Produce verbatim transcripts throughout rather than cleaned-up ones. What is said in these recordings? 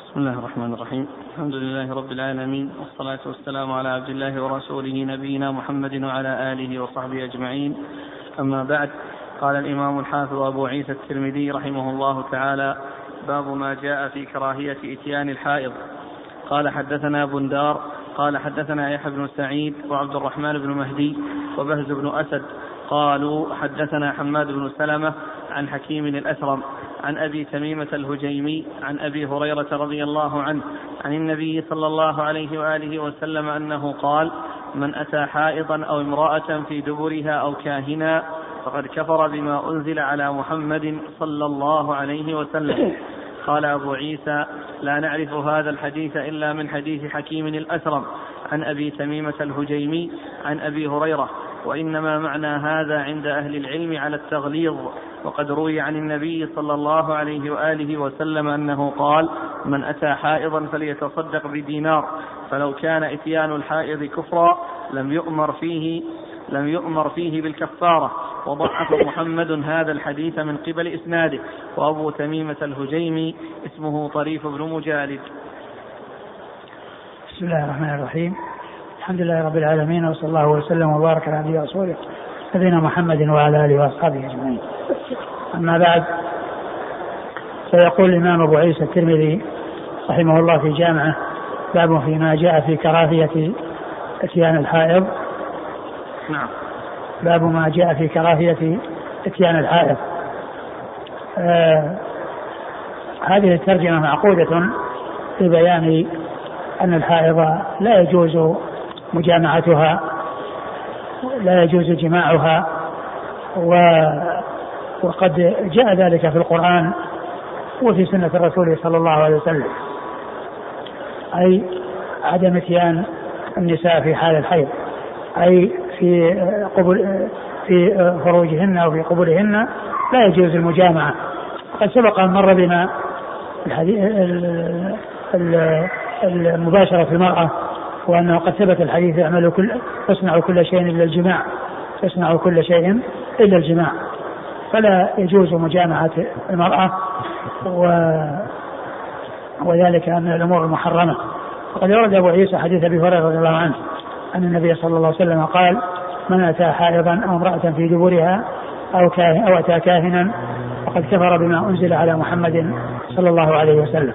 بسم الله الرحمن الرحيم. الحمد لله رب العالمين، والصلاة والسلام على عبد الله ورسوله نبينا محمد وعلى آله وصحبه أجمعين. أما بعد، قال الإمام الحافظ أبو عيسى الترمذي رحمه الله تعالى: باب ما جاء في كراهية إتيان الحائض. قال حدثنا بندار قال حدثنا يحيى بن سعيد وعبد الرحمن بن مهدي وبهز بن أسد قالوا حدثنا حماد بن سلمة عن حكيم الأثرم عن أبي تميمة الهجيمي عن أبي هريرة رضي الله عنه عن النبي صلى الله عليه وآله وسلم أنه قال: من أتى حائضا أو امرأة في دبرها أو كاهنا فقد كفر بما أنزل على محمد صلى الله عليه وسلم. قال أبو عيسى: لا نعرف هذا الحديث إلا من حديث حكيم الأثرم عن أبي تميمة الهجيمي عن أبي هريرة، وإنما معنى هذا عند أهل العلم على التغليظ، وقد روي عن النبي صلى الله عليه وآله وسلم أنه قال: من أتى حائضا فليتصدق بدينار، فلو كان إتيان الحائض كفرا لم يؤمر فيه لم يؤمر فيه بالكفارة. وضعف محمد هذا الحديث من قبل إسناده، وأبو تميمة الهجيمي اسمه طريف بن مجالد. بسم الله الرحمن الرحيم. الحمد لله رب العالمين، وصلى الله وسلم وبارك على نبينا ورسوله نبينا محمد وعلى آله وأصحابه أجمعين. أما بعد، سيقول الإمام أبو عيسى الترمذي رحمه الله في جامعه: باب فيما جاء في كراهية إتيان الحائض. نعم. باب ما جاء في كراهية إتيان الحائض. آه هذه الترجمة معقودة في بيان أن الحائض لا يجوز مجامعتها، لا يجوز جماعها، و وقد جاء ذلك في القرآن وفي سنة الرسول صلى الله عليه وسلم، أي عدم اتيان النساء في حال الحيض، أي في قبل في خروجهن أو في قبولهن لا يجوز المجامعة. قد سبق أن مر بنا المباشرة في المرأة، وأنه قد ثبت الحديث: اعملوا كل تصنعوا كل شيء إلا الجماع، تصنعوا كل شيء إلا الجماع. فلا يجوز مجامعة المرأة، و... وذلك من الأمور المحرمة. وقد ورد أبو عيسى حديث أبي هريرة رضي الله عنه أن النبي صلى الله عليه وسلم قال: من أتى حائضا أو امرأة في دبرها أو, كاه... أو أتى كاهنا فقد كفر بما أنزل على محمد صلى الله عليه وسلم.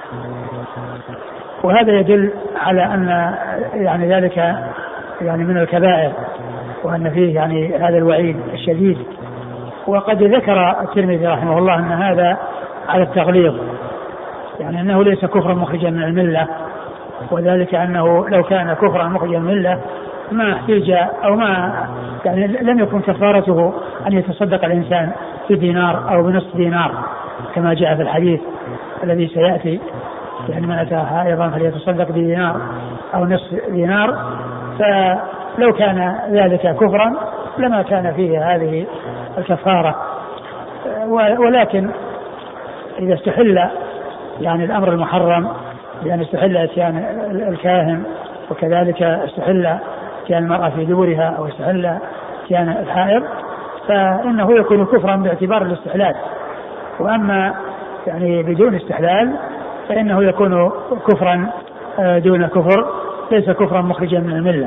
وهذا يدل على أن يعني ذلك يعني من الكبائر، وأن فيه يعني هذا الوعيد الشديد. وقد ذكر الترمذي رحمه الله أن هذا على التغليظ، يعني أنه ليس كفرا مخرجا من الملة، وذلك أنه لو كان كفرا مخرجا من الملة ما احتاج أو ما يعني لم يكن كفارته أن يتصدق الإنسان بدينار أو بنصف دينار كما جاء في الحديث الذي سيأتي، يعني من أتاها أيضا فليتصدق بدينار أو نصف دينار. فلو كان ذلك كفرا لما كان فيه هذه الكفارة. ولكن إذا استحل يعني الأمر المحرم، يعني استحل اتيان الكاهن، وكذلك استحل اتيان المرأة في دبرها أو استحل اتيان الحائض، فإنه يكون كفرا باعتبار الاستحلال. وأما يعني بدون استحلال فإنه يكون كفرا دون كفر، ليس كفرا مخرجا من الملة.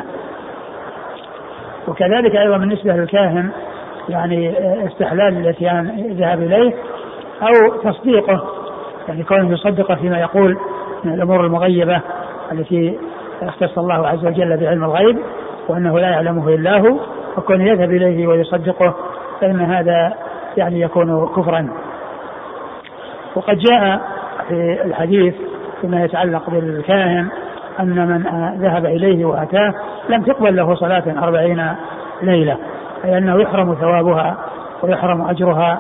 وكذلك أيضا بالنسبة للكاهن، يعني استحلال الاتيان ذهاب إليه أو تصديقه، يعني كونه يصدق فيما يقول من الأمور المغيبة التي اختص الله عز وجل بعلم الغيب وأنه لا يعلمه إلا هو، وكونه يذهب إليه ويصدقه، فإن هذا يعني يكون كفرا. وقد جاء في الحديث فيما يتعلق بالكاهن أن من ذهب إليه وأتاه لم تقبل له صلاة أربعين ليلة، أي أنه يحرم ثوابها ويحرم أجرها،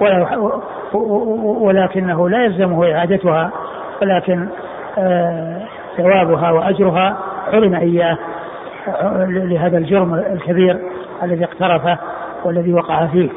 ولكنه لا يلزمه إعادتها، ولكن ثوابها وأجرها حرم إياه لهذا الجرم الكبير الذي اقترفه والذي وقع فيه.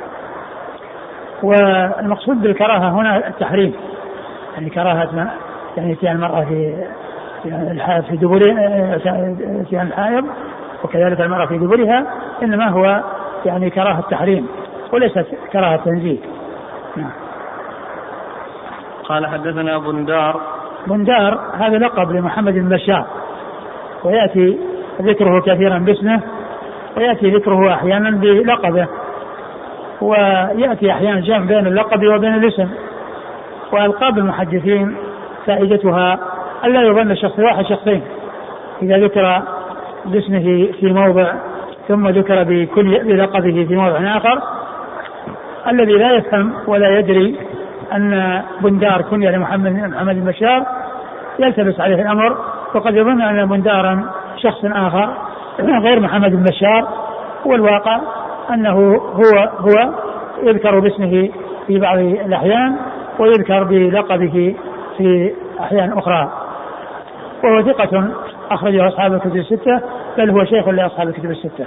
والمقصود بالكراهة هنا التحريم، يعني كراهة يعني اتيان المرأة في الحائض في دبرها، اتيان الحائض وكذلك المرأة في دبرها، إنما هو يعني كراهة التحريم وليست كراهة تنزيه. نعم. قال حدثنا بندار بندار هذا لقب لمحمد بن بشار، ويأتي ذكره كثيرا باسمه، ويأتي ذكره أحيانا بلقبه، ويأتي أحيانا جمع بين اللقب وبين الاسم. وألقاب المحدثين فائدتها ألا يظن شخص واحد شخصين، إذا ذكر باسمه في موضع ثم ذكر بكل بلقبه في موضع آخر، الذي لا يفهم ولا يدري أن بندار كنية لمحمد محمد بن بشار يلتبس عليه الأمر، وقد يظن أن بندارا شخص آخر غير محمد بن بشار، والواقع أنه هو هو يذكر باسمه في بعض الأحيان ويذكر بلقبه في أحيان أخرى، وهو ثقة أخرجه أصحاب الكتب الستة، بل هو شيخ لأصحاب الكتب الستة.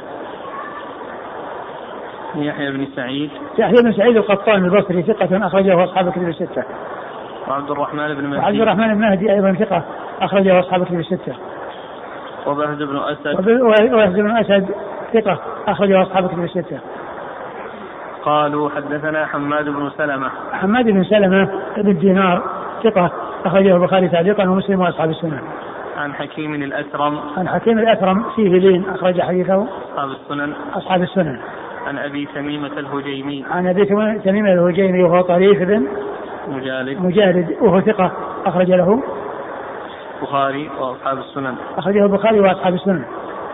يحيى بن سعيد يحيى بن سعيد القطان البصري ثقة أخرجه أصحاب الكتب الستة. وعبد الرحمن بن مهدي وعبد الرحمن بن مهدي أيضا ثقة أخرجه أصحاب الكتب الستة. وبهز بن أسد وبهز بن أسد ثقة أخرجه أصحاب الكتب الستة. قالوا حدثنا حماد بن سلمة حماد بن سلمة بن دينار ثقة أخرجه البخاري تعليقا ومسلم وأصحاب السنن. عن حكيم الأثرم عن حكيم الأثرم فيه لين أخرج حديثه أصحاب السنن أصحاب السنن. عن أبي تميمة الهجيمي عن أبي تميمة الهجيمي وهو طريف بن مجالد مجالد وهو ثقة أخرج له البخاري وأصحاب السنن أخرجه البخاري وأصحاب السنن.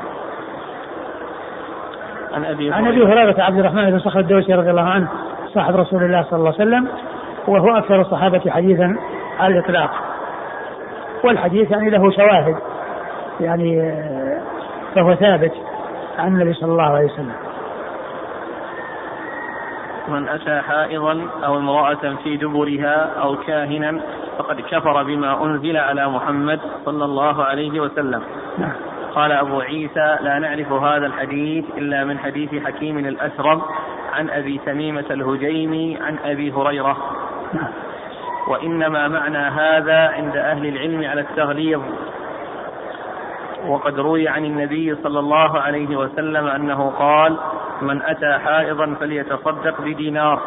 عن أبي عن أبي هريرة عبد الرحمن بن صخر الدوسي رضي الله عنه صاحب رسول الله صلى الله عليه وسلم، وهو أكثر الصحابة حديثا على الإطلاق، والحديث يعني له شواهد يعني فهو ثابت عن النبي صلى الله عليه وسلم. من أتى حائضا أو امرأة في دبرها أو كاهنا فقد كفر بما أنزل على محمد صلى الله عليه وسلم. نعم. قال أبو عيسى لا نعرف هذا الحديث إلا من حديث حكيم الأثرم عن أبي تميمة الهجيمي عن أبي هريرة. نعم. وإنما معنى هذا عند أهل العلم على التغليظ، وقد روي عن النبي صلى الله عليه وسلم أنه قال من أتى حائضا فليتصدق بدينار.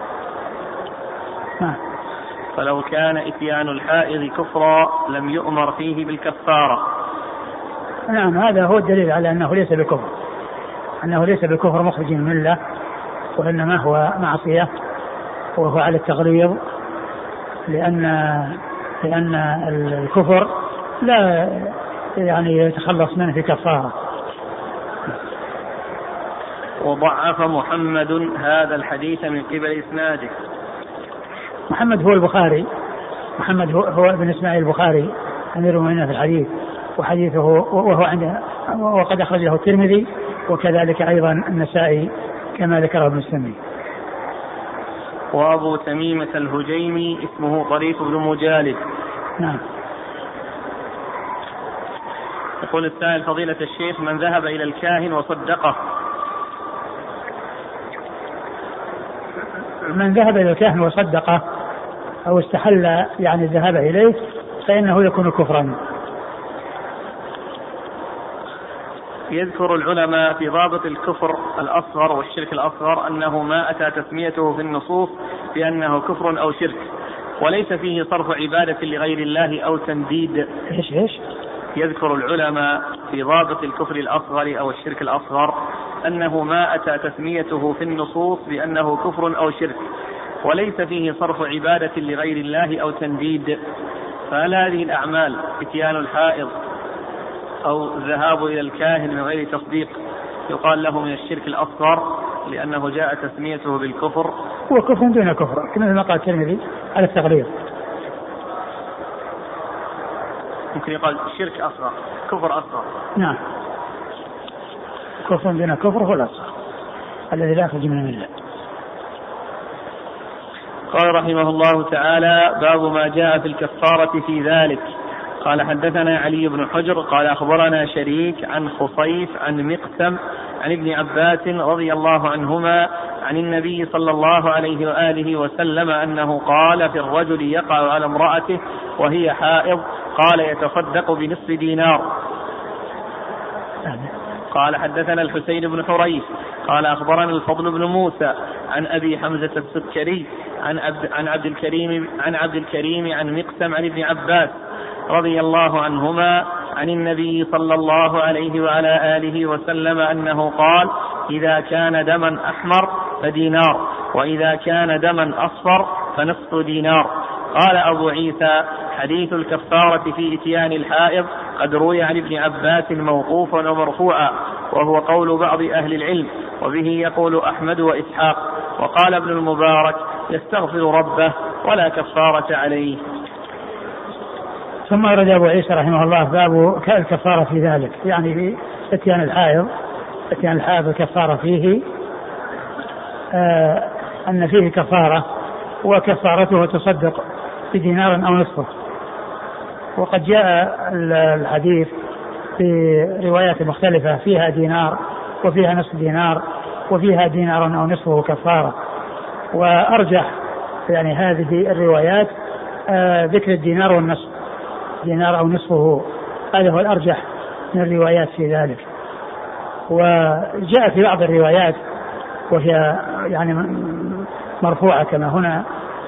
نعم. فلو كان إتيان الحائض كفرا لم يؤمر فيه بالكفارة. نعم، هذا هو الدليل على أنه ليس بكفر، أنه ليس بكفر مخرج من الملة، وإنما هو معصية وهو على التغليظ، لأن لأن الكفر لا يعني يتخلص منه في كفارة. وضعف محمد هذا الحديث من قبل إسناده. محمد هو البخاري، محمد هو, هو ابن إسماعيل البخاري أمير المؤمنين في الحديث، وحديثه وهو عنده وقد أخرجه الترمذي وكذلك أيضا النسائي كما ذكره ابن السني. وأبو تميمة الهجيمي اسمه طريف بن مجالد. نعم. يقول السائل فضيلة الشيخ من ذهب إلى الكاهن وصدقه؟ من ذهب إلى الكاهن وصدقه أو استحل يعني الذهاب إليه فإنه يكون كفرا. يذكر العلماء في ضابط الكفر الأصغر والشرك الأصغر أنه ما أتى تسميته في النصوص بأنه كفر أو شرك، وليس فيه صرف عبادة لغير الله أو تنديد. إيش إيش؟ يذكر العلماء في ضابط الكفر الأصغر أو الشرك الأصغر أنه ما أتى تسميته في النصوص بأنه كفر أو شرك، وليس فيه صرف عبادة لغير الله أو تنديد. فهل هذه الأعمال اتيان الحائض أو الذهاب إلى الكاهن من غير تصديق يقال له من الشرك الأصغر لأنه جاء تسميته بالكفر؟ هو كفر دون كفر كما ما قال الترمذي على التغليظ. ممكن يقال شرك أصغر، كفر أصغر. نعم، كفر دون كفر هو الأصغر الذي لا يخرج من الملة. قال رحمه الله تعالى باب ما جاء في الكفارة في ذلك. قال حدثنا علي بن حجر قال أخبرنا شريك عن خصيف عن مقسم عن ابن عباس رضي الله عنهما عن النبي صلى الله عليه وآله وسلم أنه قال في الرجل يقع على امرأته وهي حائض قال يتصدق بنصف دينار. قال حدثنا الحسين بن حريث قال أخبرنا الفضل بن موسى عن أبي حمزة السكري عن عبد, عن عبد الكريم عن عبد الكريم عن مقسم عن ابن عباس رضي الله عنهما عن النبي صلى الله عليه وعلى آله وسلم أنه قال: إذا كان دما أحمر فدينار، وإذا كان دما أصفر فنصف دينار. قال أبو عيسى: حديث الكفارة في إتيان الحائض قد روي عن ابن عباس موقوفا ومرفوعا، وهو قول بعض أهل العلم، وبه يقول أحمد وإسحاق. وقال ابن المبارك: يستغفر ربه ولا كفارة عليه. ثم أورد أبو عيسى رحمه الله باب الكفارة في ذلك، يعني في إتيان الحائض إتيان الحائض الكفارة فيه آه أن فيه كفارة، وكفارته تصدق بدينار أو نصفه. وقد جاء الحديث في روايات مختلفة فيها دينار وفيها نصف دينار وفيها دينار أو نصفه كفارة، وأرجح يعني هذه الروايات آه ذكر الدينار والنصف، دينار أو نصفه، هذا هو الأرجح من الروايات في ذلك. وجاء في بعض الروايات وهي يعني مرفوعة كما هنا،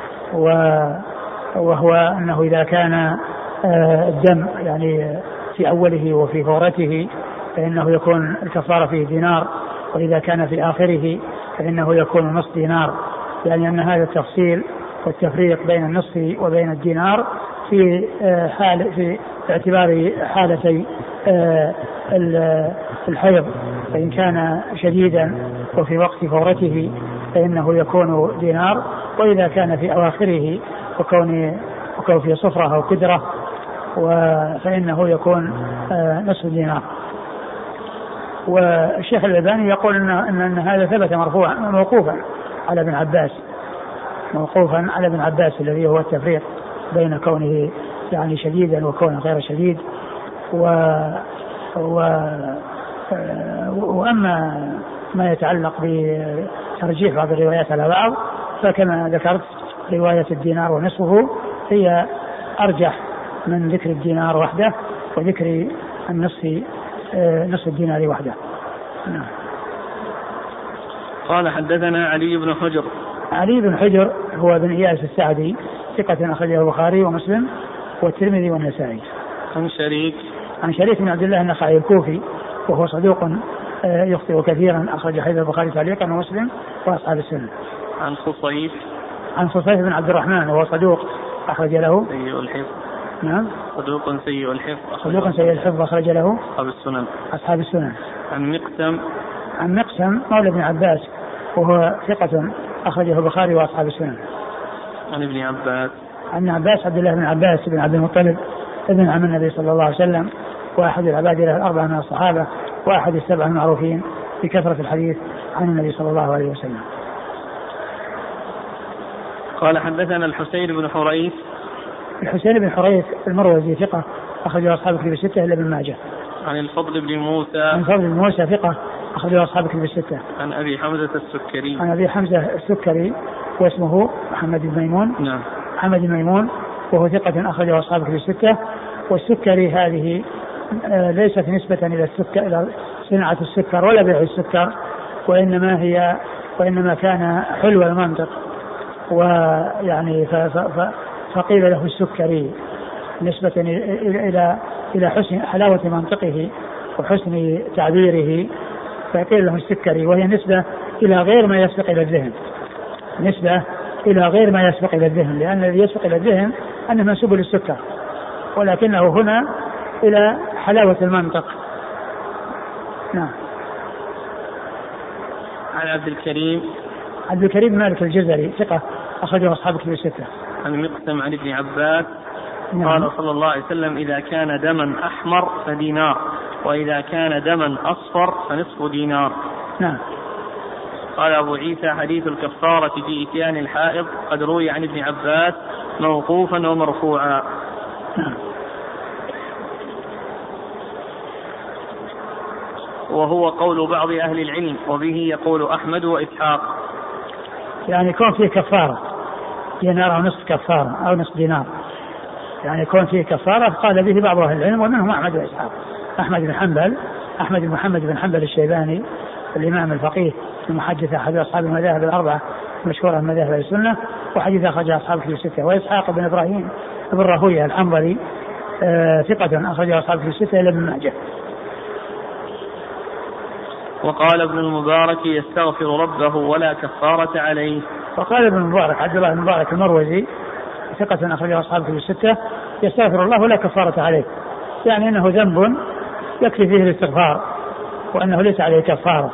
وهو أنه إذا كان الدم يعني في أوله وفي فورته فإنه يكون الكفارة فيه دينار، وإذا كان في آخره فإنه يكون نصف دينار، يعني أن هذا التفصيل والتفريق بين النصف وبين الدينار في حال في اعتبار حالتي الحيض، فإن كان شديدا وفي وقت فورته فإنه يكون دينار، وإذا كان في أواخره وكون وكون في صفرة أو كدرة فإنه يكون نصف دينار. والشيخ الألباني يقول إن, إن, إن هذا ثبت مرفوعا موقوفا على ابن عباس، موقوفا على ابن عباس الذي هو التفريق بين كونه يعني شديدا وكونه غير شديد. و, و وأما ما يتعلق بترجيح بعض الروايات على بعض فكما ذكرت رواية الدينار ونصفه هي أرجح من ذكر الدينار وحده وذكر النصف نصف الدينار وحده. نعم. قال حدثنا علي بن حجر. علي بن حجر هو بن إياس السعدي ثقة أخرجه البخاري ومسلم والترمذي والنسائي. عن شريك عن شريك بن عبد الله النخعي الكوفي وهو صدوق يخطئ كثيرا، أخرج حديث البخاري تعليقا ومسلم وأصحاب السنة. عن خصيف عن خصيف بن عبد الرحمن وهو صدوق أخرج له سيء الحفظ. نعم صدوق سيء الحفظ صدوق سيء الحفظ أخرج له أصحاب السنن أصحاب السنن. عن مقسم عن مقسم مولى بن عباس وهو ثقة أخرجه البخاري وأصحاب السنن. عن ابن عباس عن عباس عبد الله بن عباس بن عبد المطلب ابن عم النبي صلى الله عليه وسلم، وأحد العباد له الأربعة من الصحابة، وأحد السبعة المعروفين بكثرة الحديث عن النبي صلى الله عليه وسلم. قال حدثنا الحسين بن حريث. الحسين بن حريث المروزي ثقة أخرجه أصحاب الكتب الستة إلا ابن ماجه. عن الفضل بن موسى. عن الفضل بن موسى ثقة أخرجه أصحاب الكتب الستة. عن أبي حمزة السكري. عن أبي حمزة السكري واسمه محمد بن ميمون. نعم. محمد بن ميمون وهو ثقة أخرجه أصحاب الكتب الستة. والسكري هذه ليست نسبة إلى السكر إلى صناعة السكر ولا بيع السكر، وإنما هي وإنما كان حلو المنطق، ويعني فقيل له السكري نسبة إلى إلى حسن حلاوة منطقه وحسن تعبيره، فقيل له السكري، وهي نسبة إلى غير ما يسبق إلى الذهن، نسبة إلى غير ما يسبق إلى الذهن، لأن الذي يسبق إلى الذهن أنه منسوب للسكر، ولكنه هنا إلى حلاوة المنطق. نعم. عن عبد الكريم عبد الكريم مالك الجزري ثقة أخرجه أصحاب الكتب الستة. عن مقسم عن ابن عباس. نعم. قال صلى الله عليه وسلم: إذا كان دما أحمر فدينار، وإذا كان دما أصفر فنصف دينار. نعم. قال أبو عيسى: حديث الكفارة في إتيان الحائض قد روي عن ابن عباس موقوفا ومرفوعا. نعم. وهو قول بعض أهل العلم، وبه يقول أحمد وإسحاق. يعني يكون فيه كفارة دينار أو نصف كفارة أو نصف دينار، يعني يكون فيه كفارة قال به بعض أهل العلم ومنهم أحمد وإسحاق. أحمد بن حنبل أحمد بن محمد بن حنبل الشيباني الإمام الفقيه المحدث أحد أصحاب المذاهب الأربعة مشهورة من مذاهب السنة، وحديث أخرجه أصحاب الكتب الستة. وإسحاق بن إبراهيم بن راهويه الحنظلي آه ثقة أخرجه أصحاب الكتب الستة إلى ابن ماجه. وقال ابن المبارك يستغفر ربه ولا كفارة عليه. وقال ابن المبارك عبد الله بن المبارك المروزي ثقة أخرجه أصحاب الكتب الستة يستغفر الله ولا كفارة عليه، يعني أنه ذنب يكفي فيه الاستغفار وأنه ليس عليه كفارة.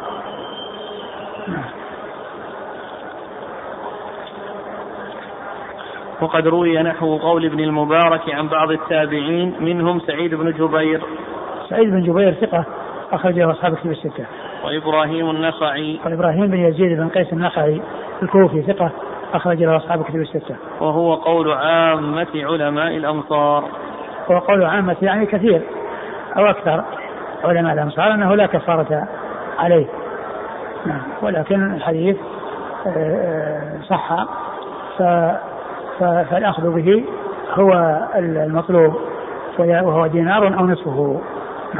وقد روي نحو قول ابن المبارك عن بعض التابعين منهم سعيد بن جبير. سعيد بن جبير ثقة أخرجه أصحاب الكتب الستة. وإبراهيم النخعي. وإبراهيم بن يزيد بن قيس النخعي الكوفي ثقة أخرجه أصحاب الكتب الستة. وهو قول عامة علماء الأمصار. هو قول عامة يعني كثير أو أكثر علماء الأمصار أنه لا كفارة عليه. نعم. ولكن الحديث صح فالأخذ به هو المطلوب وهو دينار أو نصفه. نعم.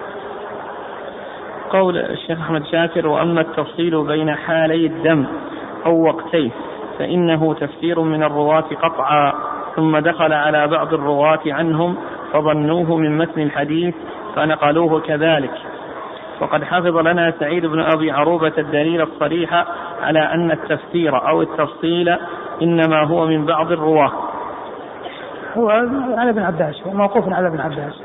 قول الشيخ أحمد شاكر: وأما التفصيل بين حالي الدم أو وقتيه فإنه تفسير من الرواة قطعا، ثم دخل على بعض الرواة عنهم فظنوه من متن الحديث فنقلوه كذلك. وقد حفظ لنا سعيد بن أبي عروبة الدليل الصريح على أن التفسير أو التفصيل إنما هو من بعض الرواة. هو على ابن عباس، هو موقوف على ابن عباس.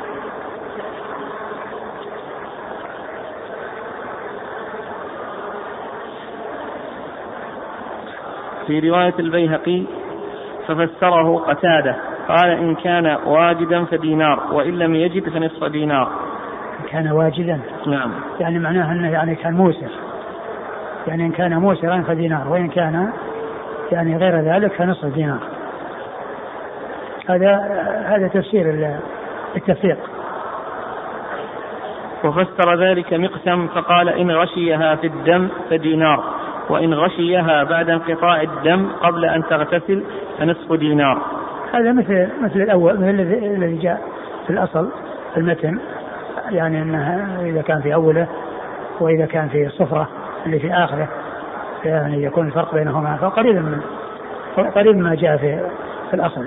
في رواية البيهقي ففسره قتادة قال: إن كان واجدا فدينار وإن لم يجد فنصف دينار. إن كان واجدا نعم، يعني معناه أنه يعني كان موسر، يعني إن كان موسرا فدينار، وإن كان يعني غير ذلك فنصف دينار. هذا هذا تفسير التفريق. وفسر ذلك مقسم فقال: إن غشيها في الدم فدينار، وإن غشيها بعد انقطاع الدم قبل أن تغتسل فنصف دينار. هذا مثل مثل الأول، مثل الذي جاء في الأصل في المتن، يعني أنها إذا كان في أوله وإذا كان في الصفرة اللي في آخره يعني يكون الفرق بينهما فقريب من قريب ما جاء في في الأصل.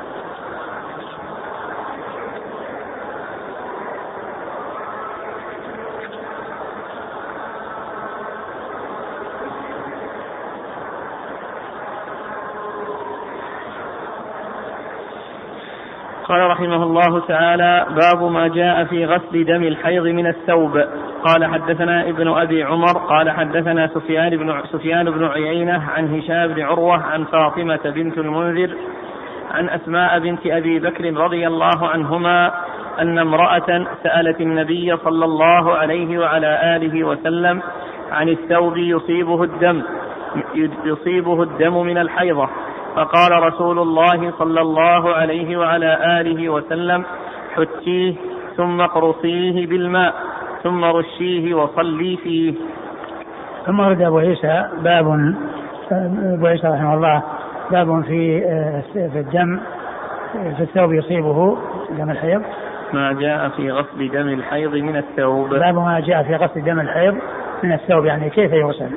قال رحمه الله تعالى: باب ما جاء في غسل دم الحيض من الثوب. قال: حدثنا ابن أبي عمر قال حدثنا سفيان بن, سفيان بن عيينة عن هشام بن عروة عن فاطمة بنت المنذر عن أسماء بنت أبي بكر رضي الله عنهما أن امرأة سألت النبي صلى الله عليه وعلى آله وسلم عن الثوب يصيبه الدم يصيبه الدم من الحيضة، فقال رسول الله صلى الله عليه وعلى آله وسلم: حتيه ثم اقرصيه بالماء ثم رشيه وصلي فيه. ثم ورد أبو عيسى باب أبو عيسى رحمه الله باب في في الدم في الثوب يصيبه دم الحيض، ما جاء في غسل دم الحيض من الثوب. باب ما جاء في غسل دم الحيض من الثوب، يعني كيف يغسل.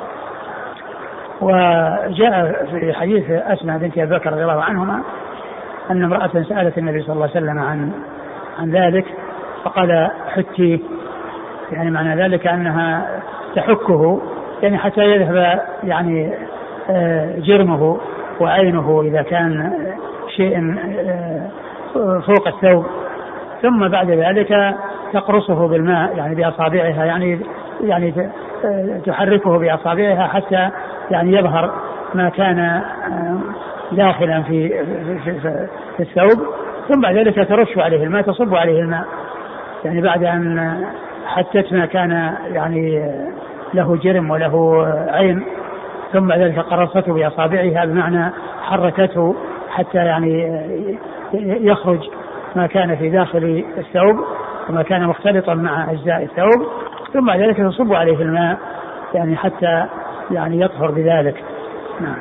وجاء في حديث أسماء بنت أبي بكر رضي الله عنهما أن امرأة سألت النبي صلى الله عليه وسلم عن عن ذلك فقال: حتي، يعني معنى ذلك أنها تحكه يعني حتى يذهب يعني جرمه وعينه إذا كان شيء فوق الثوب، ثم بعد ذلك تقرصه بالماء يعني بأصابعها، يعني يعني تحركه بأصابعها حتى يعني يظهر ما كان داخلا في, في, في, في الثوب، ثم بعد ذلك ترش عليه الماء، تصب عليه الماء يعني بعد أن حتت ما كان يعني له جرم وله عين، ثم بعد ذلك قرصته بأصابعها بمعنى حركته حتى يعني يخرج ما كان في داخل الثوب وما كان مختلطا مع أجزاء الثوب، ثم بعد ذلك تصب عليه الماء يعني حتى يعني يطهر بذلك. نعم.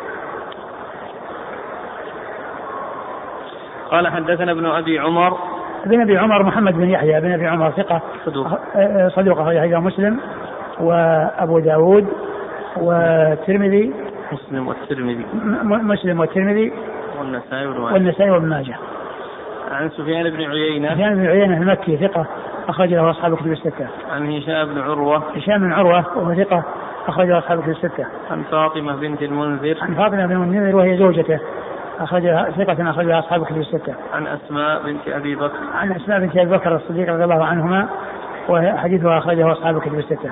قال: حدثنا ابن أبي عمر بن أبي عمر محمد بن يحيى بن أبي عمر ثقة صدوق أخرجه مسلم وأبو داود والترمذي مسلم والترمذي مسلم والترمذي والنسائي والنسائي وابن ماجه. عن سفيان بن عيينة سفيان بن عيينة المكي ثقة أخرج له أصحاب الكتب الستة. عن هشام بن عروة هشام بن عروة وهو ثقة أخرج له أصحاب الكتب الستة. عن فاطمة بنت المنذر عن فاطمة بنت المنذر وهي زوجته أخرجها ثقة أخرج له أصحاب الكتب الستة. عن أسماء بنت أبي بكر عن أسماء بنت أبي بكر الصديق رضي الله عنهما وحديثها أخرجه أصحاب الكتب الستة.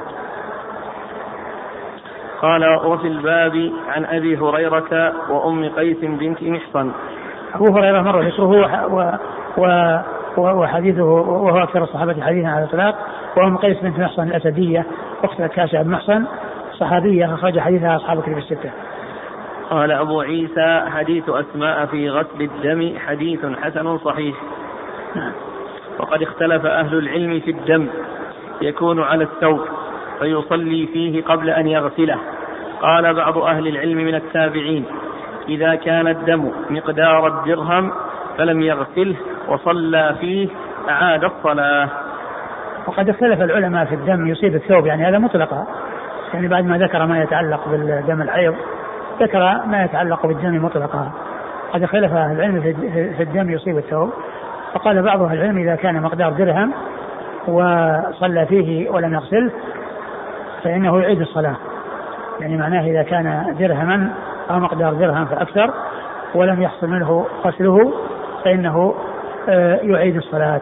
قال وفي الباب عن أبي هريرة وأم قيس بنت محصن. أبو هريرة مر ذكره و... و... وحديثه وهو أكثر الصحابة حديثا على الإطلاق. وأم قيس بنت محصن الأسدية أخت كاشع بن محصن صحابية أخرج حديثها أصحاب الكتب الستة. قال أبو عيسى حديث أسماء في غسل الدم حديث حسن صحيح. نعم. وقد اختلف أهل العلم في الدم يكون على الثوب فيصلي فيه قبل أن يغسله. قال بعض أهل العلم من التابعين إذا كان الدم مقدار الدرهم فلم يغسله وصلى فيه أعاد الصلاة. وقد اختلف العلماء في الدم يصيب الثوب يعني هذا مطلقا يعني بعد ما ذكر ما يتعلق بالدم الحيض ذكر ما يتعلق بالدم مطلقا. قد اختلف أهل العلم في الدم يصيب الثوب فقال بعض أهل العلم إذا كان مقدار درهم وصلى فيه ولم يغسله فإنه يعيد الصلاة يعني معناه إذا كان درهما أو مقدار درهم فأكثر ولم يحصل منه غسله فإنه يعيد الصلاة.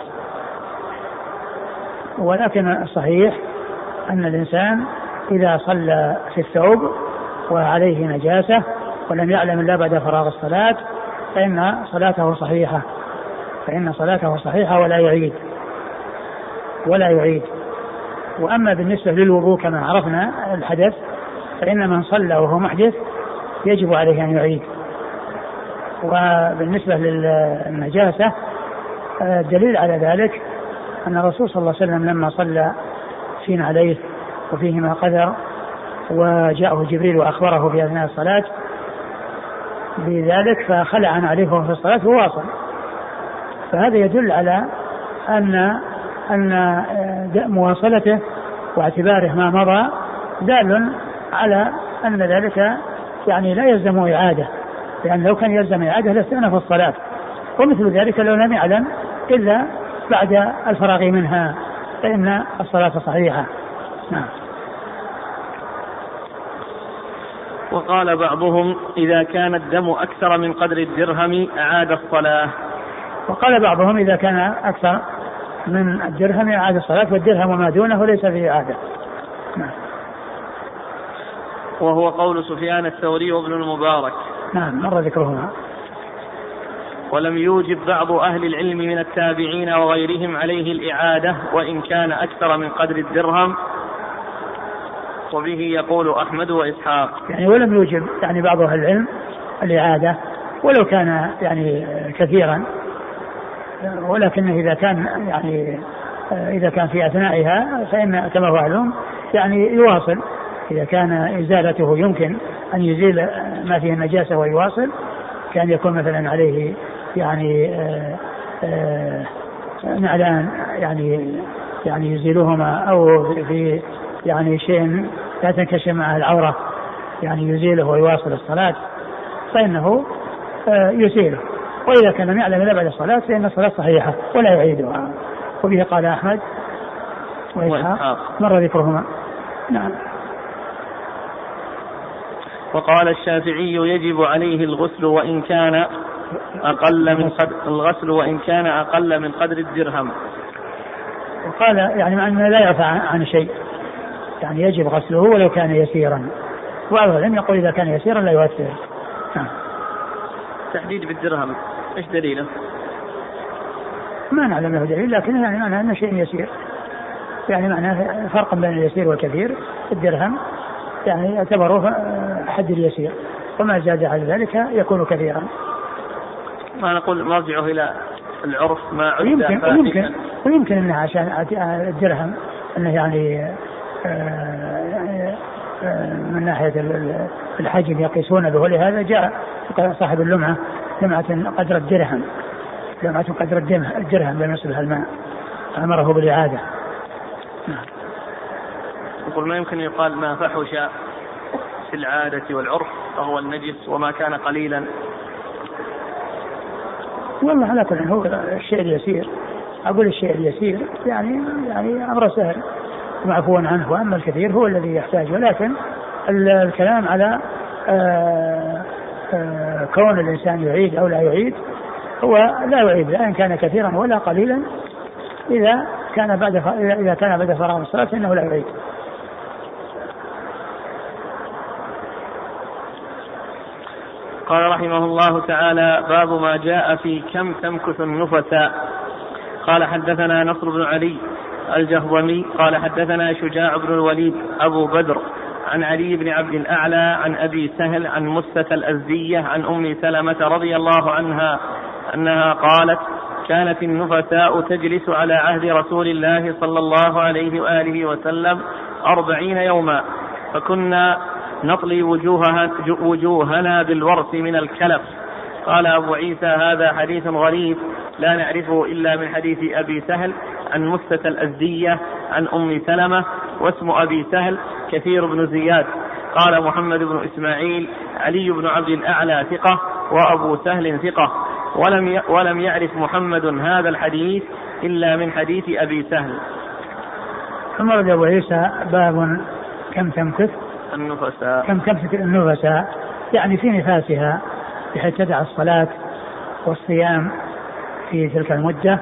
ولكن الصحيح أن الإنسان إذا صلى في الثوب وعليه نجاسة ولم يعلم إلا بعد فراغ الصلاة فإن صلاته صحيحة فإن صلاته صحيحة ولا يعيد ولا يعيد. وأما بالنسبة للوضوء كما عرفنا الحدث فإن من صلى وهو محدث يجب عليه أن يعيد. وبالنسبة للنجاسة الدليل على ذلك أن الرسول صلى الله عليه وسلم لما صلى فينا عليه وفيهما قدر وجاءه جبريل وأخبره في أثناء الصلاة بذلك فخلع عن عليه في الصلاة وواصل. فهذا يدل على أن أن مواصلته واعتباره ما مضى دال على أن ذلك يعني لا يلزم إعادة لأن لو كان يلزم إعادة لاستئنف الصلاة. ومثل ذلك لو لم يعلم إلا بعد الفراغ منها فإن الصلاة صحيحة. نعم. وقال بعضهم إذا كان الدم أكثر من قدر الدرهم أعاد الصلاة. وقال بعضهم إذا كان أكثر من الدرهم أعاد الصلاة والدرهم وما دونه ليس فيه إعادة. نعم. وهو قول سفيان الثوري وابن المبارك. نعم مر ذكرهما. ولم يوجب بعض أهل العلم من التابعين وغيرهم عليه الإعادة وإن كان أكثر من قدر الدرهم وبه يقول أحمد وإسحاق. يعني ولم يوجب يعني بعض أهل العلم الإعادة ولو كان يعني كثيرا ولكنه إذا كان يعني إذا كان في أثنائها فإن كما هو معلوم يعني يواصل إذا كان إزالته يمكن أن يزيل ما فيه النجاسة ويواصل كان يكون مثلا عليه يعني آآ آآ نعلان يعني يعني يزيلهما أو في يعني شيء لا تنكشف معه العورة يعني يزيله ويواصل الصلاة فإنه يزيله. وإذا كان لم يعلم إلا بعد الصلاة فإن الصلاة صحيحة ولا يعيدها. وبه قال أحمد وإسحاق مر ذكرهما. نعم. وقال الشافعي يجب عليه الغسل وإن كان أقل من قدر الغسل وإن كان أقل من قدر الدرهم. وقال يعني مع أنه لا يعفى عن شيء يعني يجب غسله ولو كان يسيرا. وأولا لم يقول إذا كان يسيرا لا يؤثر. نعم. تحديد بالدرهم إيش دليله؟ ما نعلم له دليل لكن يعني معناه أنه شيء يسير يعني معناه فرق بين اليسير والكثير. الدرهم يعني يعتبره حد اليسير وما زاد على ذلك يكون كثيرا. ما نقول مرجعه إلى العرف ما عد ويمكن ويمكن, ويمكن أنه عشان الدرهم أنه يعني من ناحية الحجم يقيسون به ولهذا جاء صاحب اللمعة لمعة قدر الدرهم جمعة قدر الدرهم لم يصلها الماء أمره بالإعادة. يقول ما يمكن يقال ما فحش في العادة والعرف فهو النجس وما كان قليلا. والله على كل هو الشيء اليسير، أقول الشيء اليسير يعني يعني أمر سهل معفو عنه، وأما الكثير هو الذي يحتاج. ولكن الكلام على آآ آآ كون الإنسان يعيد أو لا يعيد، هو لا يعيد لا إن كان كثيرا ولا قليلا، إذا كان بعد إذا كان بعد فراغ الصلاة فإنه لا يعيد. قال رحمه الله تعالى: باب ما جاء في كم تمكث النفساء. قال حدثنا نصر بن علي الجهضمي قال حدثنا شجاع بن الوليد أبو بدر عن علي بن عبد الأعلى عن أبي سهل عن مسة الأزدية عن أم سلمة رضي الله عنها أنها قالت: كانت النفساء تجلس على عهد رسول الله صلى الله عليه وآله وسلم أربعين يوما، فكنا نطلي وجوهها وجوهنا بالورث من الكلف. قال أبو عيسى: هذا حديث غريب لا نعرفه إلا من حديث أبي سهل عن مسة الأزدية عن أم سلمة، واسم أبي سهل كثير بن زياد. قال محمد بن إسماعيل: علي بن عبد الأعلى ثقة وأبو سهل ثقة، ولم ولم يعرف محمد هذا الحديث إلا من حديث أبي سهل. ثم رد أبو عيسى: باب كم تمكث النفساء. كم تمكث النفساء، يعني في نفاسها بحيث تدع الصلاة والصيام في تلك المدة.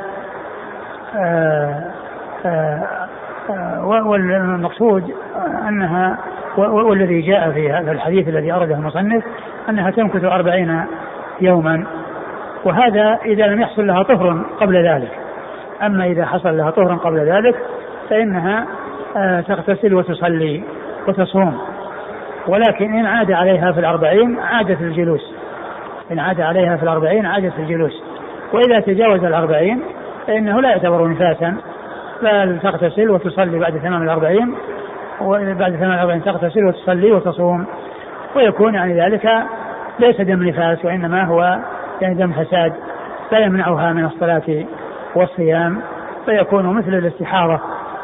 آآ آآ آآ والمقصود أنها، والذي جاء في هذا الحديث الذي أورده المصنف أنها تمكث أربعين يوما، وهذا إذا لم يحصل لها طهر قبل ذلك. أما إذا حصل لها طهر قبل ذلك فإنها تغتسل وتصلي وتصوم، ولكن إن عاد عليها في الأربعين عادت الجلوس إن عاد عليها في الأربعين عادت الجلوس وإذا تجاوز الأربعين فإنه لا يعتبر نفاسا، بل تغتسل وتصلي بعد تمام الأربعين، وبعد تمام الأربعين تغتسل وتصلي وتصوم، ويكون يعني ذلك ليس دم نفاس، وإنما هو يعني دم فساد لا يمنعها من الصلاة والصيام، فيكون مثل الاستحاضة.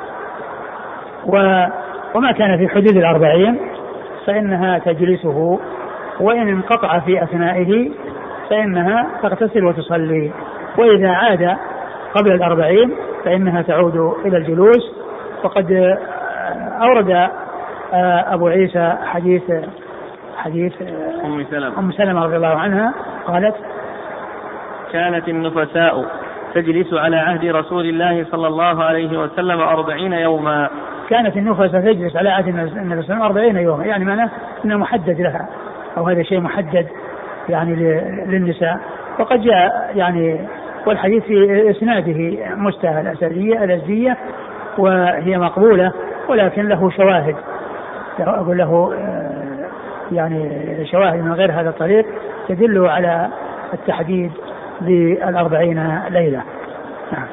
وما كان في حدود الأربعين فإنها تجلسه، وإن انقطع في أثنائه فإنها تغتسل وتصلي، وإذا عاد قبل الأربعين فإنها تعود إلى الجلوس. وقد أورد أبو عيسى حديث حديث أم سلمة أم سلمة رضي الله عنها قالت: كانت النفساء تجلس على عهد رسول الله صلى الله عليه وسلم أربعين يوما. كانت النفساء تجلس على عهد النبي صلى الله عليه وسلم أربعين يوما، يعني معناه أنه محدد لها، أو هذا شيء محدد يعني للنساء. وقد جاء يعني والحديث في إسناده مستهى الأسدية الأزدية وهي مقبولة، ولكن له شواهد، أقول له يعني شواهد من غير هذا الطريق تدل على التحديد بالأربعين ليلة. نعم.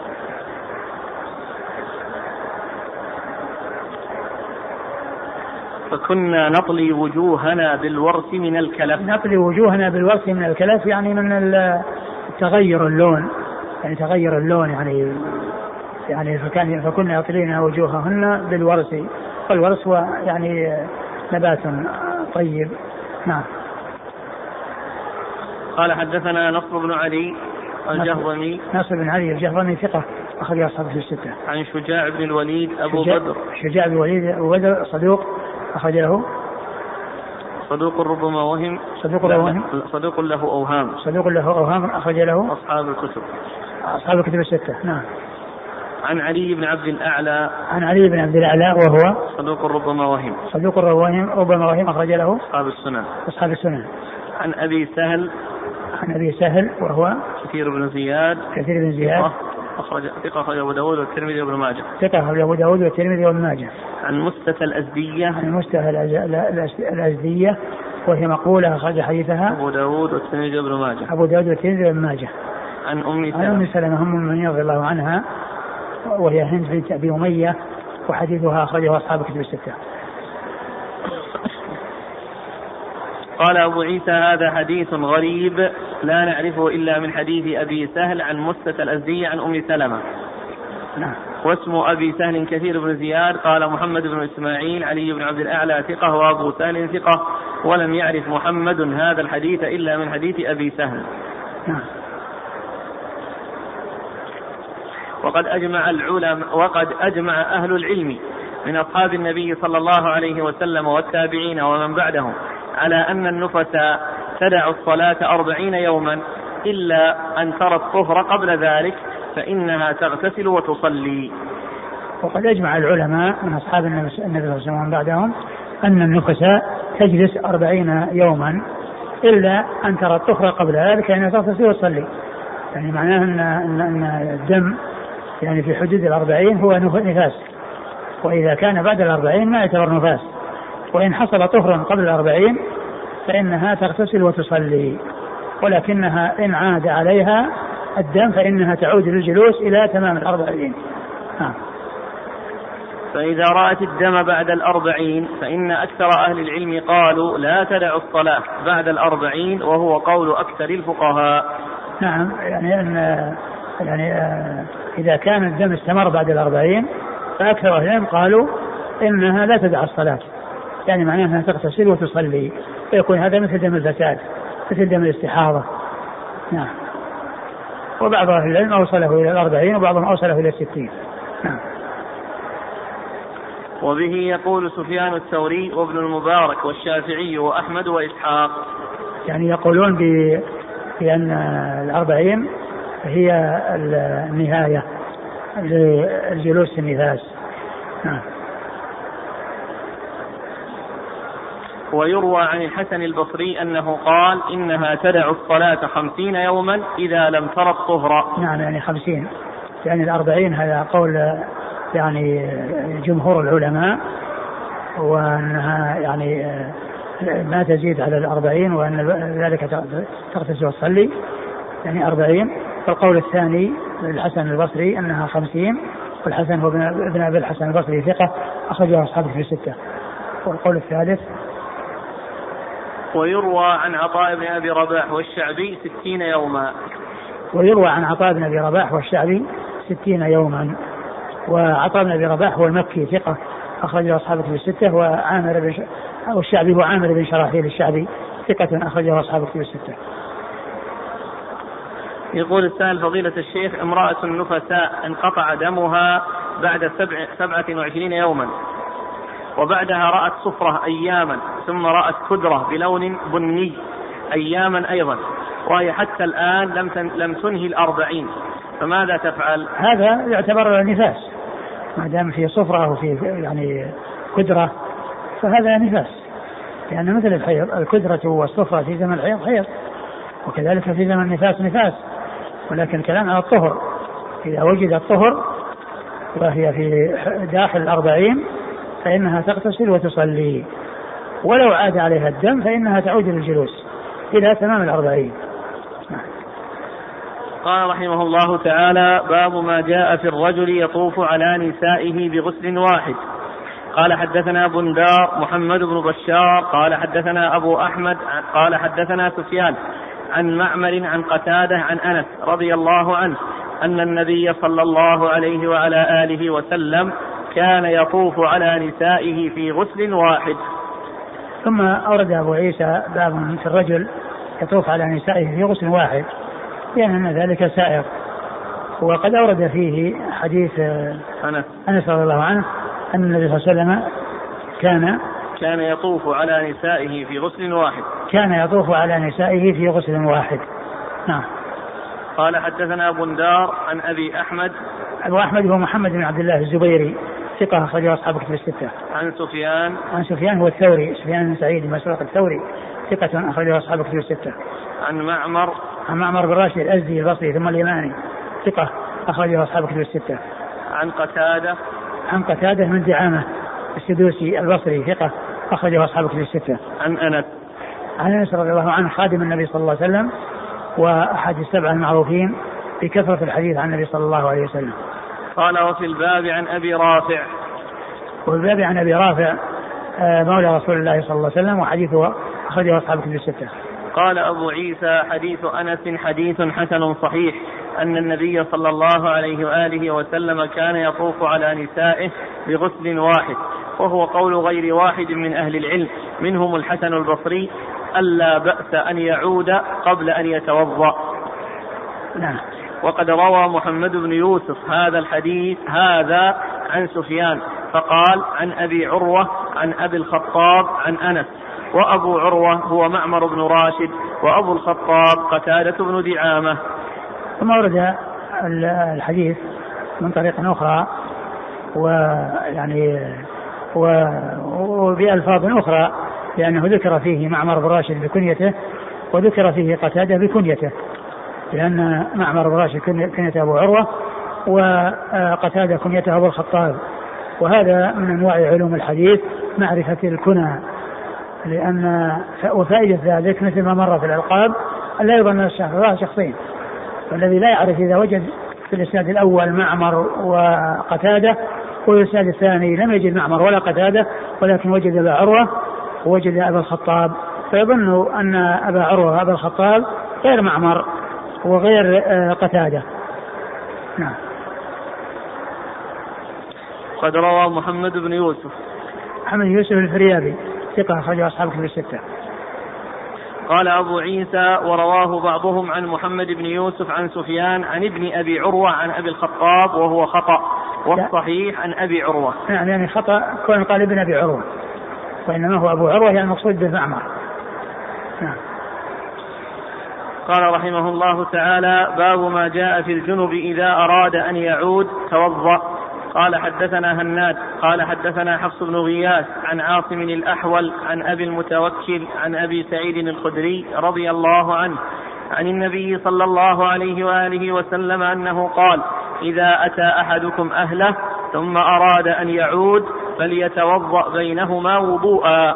فكنا نطلي وجوهنا بالورث من الكلف. نطلي وجوهنا بالورث من الكلف يعني من تغير اللون، يعني تغير اللون يعني يعني فكان فكنا يطلين وجوههن بالورث، والورث هو يعني نبات طيب. نعم. قال حدثنا نصر بن علي الجهضمي. نصر بن علي الجهضمي ثقة أخرج أصحابه في الستة. عن شجاع بن الوليد أبو شجاع بدر. شجاع بن الوليد أبو بدر صدوق أخرج له صدوق ربما وهم صدوق له وهم صدوق له أوهام صدوق له أوهام أخرج له أصحاب الكتب أصحاب الكتب الستة. نعم. عن علي بن عبد الأعلى عن علي بن عبد الأعلى وهو صدوق ربما وهم صدوق ربما وهم أخرج له أصحاب السنن أصحاب السنن. عن أبي سهل عن أبي سهل وهو كثير بن زياد كثير بن زياد أخرج ثقة أخرج أبو داود والترمذي وابن ماجه ثقة أخرج أبو داود والترمذي وابن ماجه. عن مسة الأزدية عن مسة الأزدية وهي مقولة أخرج حديثها أبو داود والترمذي وابن ماجه أبو داود والترمذي وابن ماجه. عن أم سلمة عن أم سلمة أم المؤمنين رضي الله عنها وهي هند بنت أبي أمية وحديثها أخرجه أصحاب الكتب الستة. قال أبو عيسى: هذا حديث غريب لا نعرفه إلا من حديث أبي سهل عن مسة الأزدي عن أم سلمة. نعم. واسم أبي سهل كثير بن زياد. قال محمد بن إسماعيل علي بن عبد الأعلى ثقة وأبو سهل ثقة، ولم يعرف محمد هذا الحديث إلا من حديث أبي سهل. نعم. وقد أجمع العلماء وقد أجمع أهل العلم من أصحاب النبي صلى الله عليه وسلم والتابعين ومن بعدهم على أن النفس تدع الصلاة أربعين يوما إلا أن ترى الطهر قبل ذلك فإنها تغتسل وتصلي. وقد أجمع العلماء من أصحاب النبي صلى الله عليه وسلم ومن بعدهم أن النفس تجلس أربعين يوما إلا أن ترى الطهر قبل ذلك فإنها تغتسل وتصلي. يعني معناه أن, أن الدم يعني في حدود الأربعين هو نفاس، وإذا كان بعد الأربعين ما يعتبر نفاس، وإن حصل طهر قبل الأربعين فإنها تغتسل وتصلي، ولكنها إن عاد عليها الدم فإنها تعود للجلوس إلى تمام الأربعين. آه. فإذا رأت الدم بعد الأربعين فإن أكثر أهل العلم قالوا لا تدع الصلاة بعد الأربعين، وهو قول أكثر الفقهاء. نعم. يعني أن يعني إذا كان الدم استمر بعد الأربعين فأكثر أهل العلم قالوا إنها لا تدع الصلاة، يعني معناها أنها تغتسل وتصلي، فيكون هذا مثل دم الفساد مثل دم الاستحاضة. نعم. وبعض أهل العلم أوصله إلى الأربعين وبعضهم أوصله إلى الستين. نعم. وبه يقول سفيان الثوري وابن المبارك والشافعي وأحمد وإسحاق. يعني يقولون بأن الأربعين هي النهاية للجلوس النفاس. نعم. ويروى عن الحسن البصري أنه قال إنها تدع الصلاة خمسين يوما إذا لم ترى الطهر. نعم. يعني خمسين، يعني الأربعين هذا قول يعني جمهور العلماء، وأنها يعني ما تزيد على الأربعين، وأن ذلك تغتسل وتصلي يعني أربعين. فالقول الثاني الحسن البصري أنها خمسين، والحسن هو ابن أبي الحسن البصري ثقة أخرجه أصحابه في الستة. والقول الثالث ويروى عن عطاء بن أبي رباح والشعبي ستين يوما. ويروى عن عطاء بن أبي رباح والشعبي ستين يوما. وعطاء بن أبي رباح هو المكي ثقة أخرجه أصحابه في الستة، وعامر بن ش... أو الشعبي هو عامر بن شراحيل الشعبي ثقة أخرجه أصحابه في الستة. يقول السائل فضيلة الشيخ امرأة نفساء انقطع دمها بعد سبع سبعة وعشرين يوما، وبعدها رأت صفرة أياما، ثم رأت كدرة بلون بني أياما أيضا، وهي حتى الآن لم لم تنهي الأربعين، فماذا تفعل؟ هذا يعتبر نفاس، ما دام في صفرة وفي يعني كدرة فهذا نفاس، لأن مثل الحيض الكدرة والصفرة في زمن الحيض حيض، وكذلك في زمن النفاس نفاس، ولكن الكلام على الطهر. إذا وجد الطهر وهي في داخل الأربعين فإنها تغتسل وتصلي، ولو عاد عليها الدم فإنها تعود للجلوس إلى تمام الأربعين. قال رحمه الله تعالى: باب ما جاء في الرجل يطوف على نسائه بغسل واحد. قال حدثنا بندار محمد بن بشار قال حدثنا أبو أحمد قال حدثنا سفيان عن معمر عن قتادة عن أنس رضي الله عنه أن النبي صلى الله عليه وعلى آله وسلم كان يطوف على نسائه في غسل واحد. ثم أورد أبو عيسى باب في الرجل يطوف على نسائه في غسل واحد، لأن يعني ذلك سائر. وقد أورد فيه حديث أنس أنس رضي الله عنه أن النبي صلى الله عليه وسلم كان كان يطوف على نسائه في غسل واحد كان يطوف على نسائه في غسل واحد. نعم. قال حدثنا بندار عن أبي أحمد. أبو أحمد هو محمد بن عبد الله الزبيري ثقة أخرجه أصحاب كتب الستة. عن سفيان عن سفيان هو الثوري سفيان بن سعيد مسروق الثوري ثقة أخرجه أصحاب كتب الستة. عن معمر عن معمر بن راشد الأزدي البصري ثم اليماني ثقة أخرجه أصحاب كتب الستة. عن قتادة عن قتادة من دعامة السدوسي البصري ثقة أخرجه أصحاب كتب الستة. عن أنس عن أنس رضي الله عنه خادم النبي صلى الله عليه وسلم وأحد السبعة المعروفين بكثرة الحديث عن النبي صلى الله عليه وسلم. قال وفي الباب عن أبي رافع. وفي الباب عن أبي رافع مولى رسول الله صلى الله عليه وسلم وحديثه أخرجه أصحاب كتب الستة. قال أبو عيسى حديث أنس حديث حسن صحيح أن النبي صلى الله عليه وآله وسلم كان يطوف على نسائه بغسل واحد، وهو قول غير واحد من أهل العلم منهم الحسن البصري ألا بأس أن يعود قبل أن يتوضأ. نعم. وقد روى محمد بن يوسف هذا الحديث هذا عن سفيان فقال عن أبي عروة عن أبي الخطاب عن أنس، وأبو عروة هو معمر بن راشد، وأبو الخطاب قتادة بن دعامة. ثم ورد الحديث من طريق أخرى ويعني وبألفاظ أخرى، لأنه ذكر فيه معمر بن راشد بكنيته وذكر فيه قتادة بكنيته، لأن معمر بن راشد كنيته أبو عروة وقتادة كنيته أبو الخطاب. وهذا من أنواع علوم الحديث معرفة الكنى، لأن وفائدة ذلك مثل ما مر في الألقاب أن لا يظن الشهر شخصين، والذي لا يعرف إذا وجد في الإسناد الأول معمر وقتادة والإسناد الثاني لم يجد معمر ولا قتادة ولكن وجد أبا عروة ووجد أبا الخطاب، فيظن أن أبا عروة وأبا الخطاب غير معمر وغير قتادة. نعم. قد روى محمد بن يوسف محمد يوسف الفريابي ثقة أخرجه أصحاب الكتب الستة. قال أبو عيسى ورواه بعضهم عن محمد بن يوسف عن سفيان عن ابن أبي عروة عن أبي الخطاب وهو خطأ، والصحيح عن أبي عروة. نعم يعني خطأ كون قال ابن أبي عروة، وإنما هو أبو عروة يعني مقصود بالمعمر. نعم. قال رحمه الله تعالى باب ما جاء في الجنب إذا أراد أن يعود توضأ. قال حدثنا هناد قال حدثنا حفص بن غياث عن عاصم الأحول عن أبي المتوكل عن أبي سعيد الخدري رضي الله عنه عن النبي صلى الله عليه وآله وسلم أنه قال إذا أتى أحدكم أهله ثم أراد أن يعود فليتوضأ بينهما وضوءا.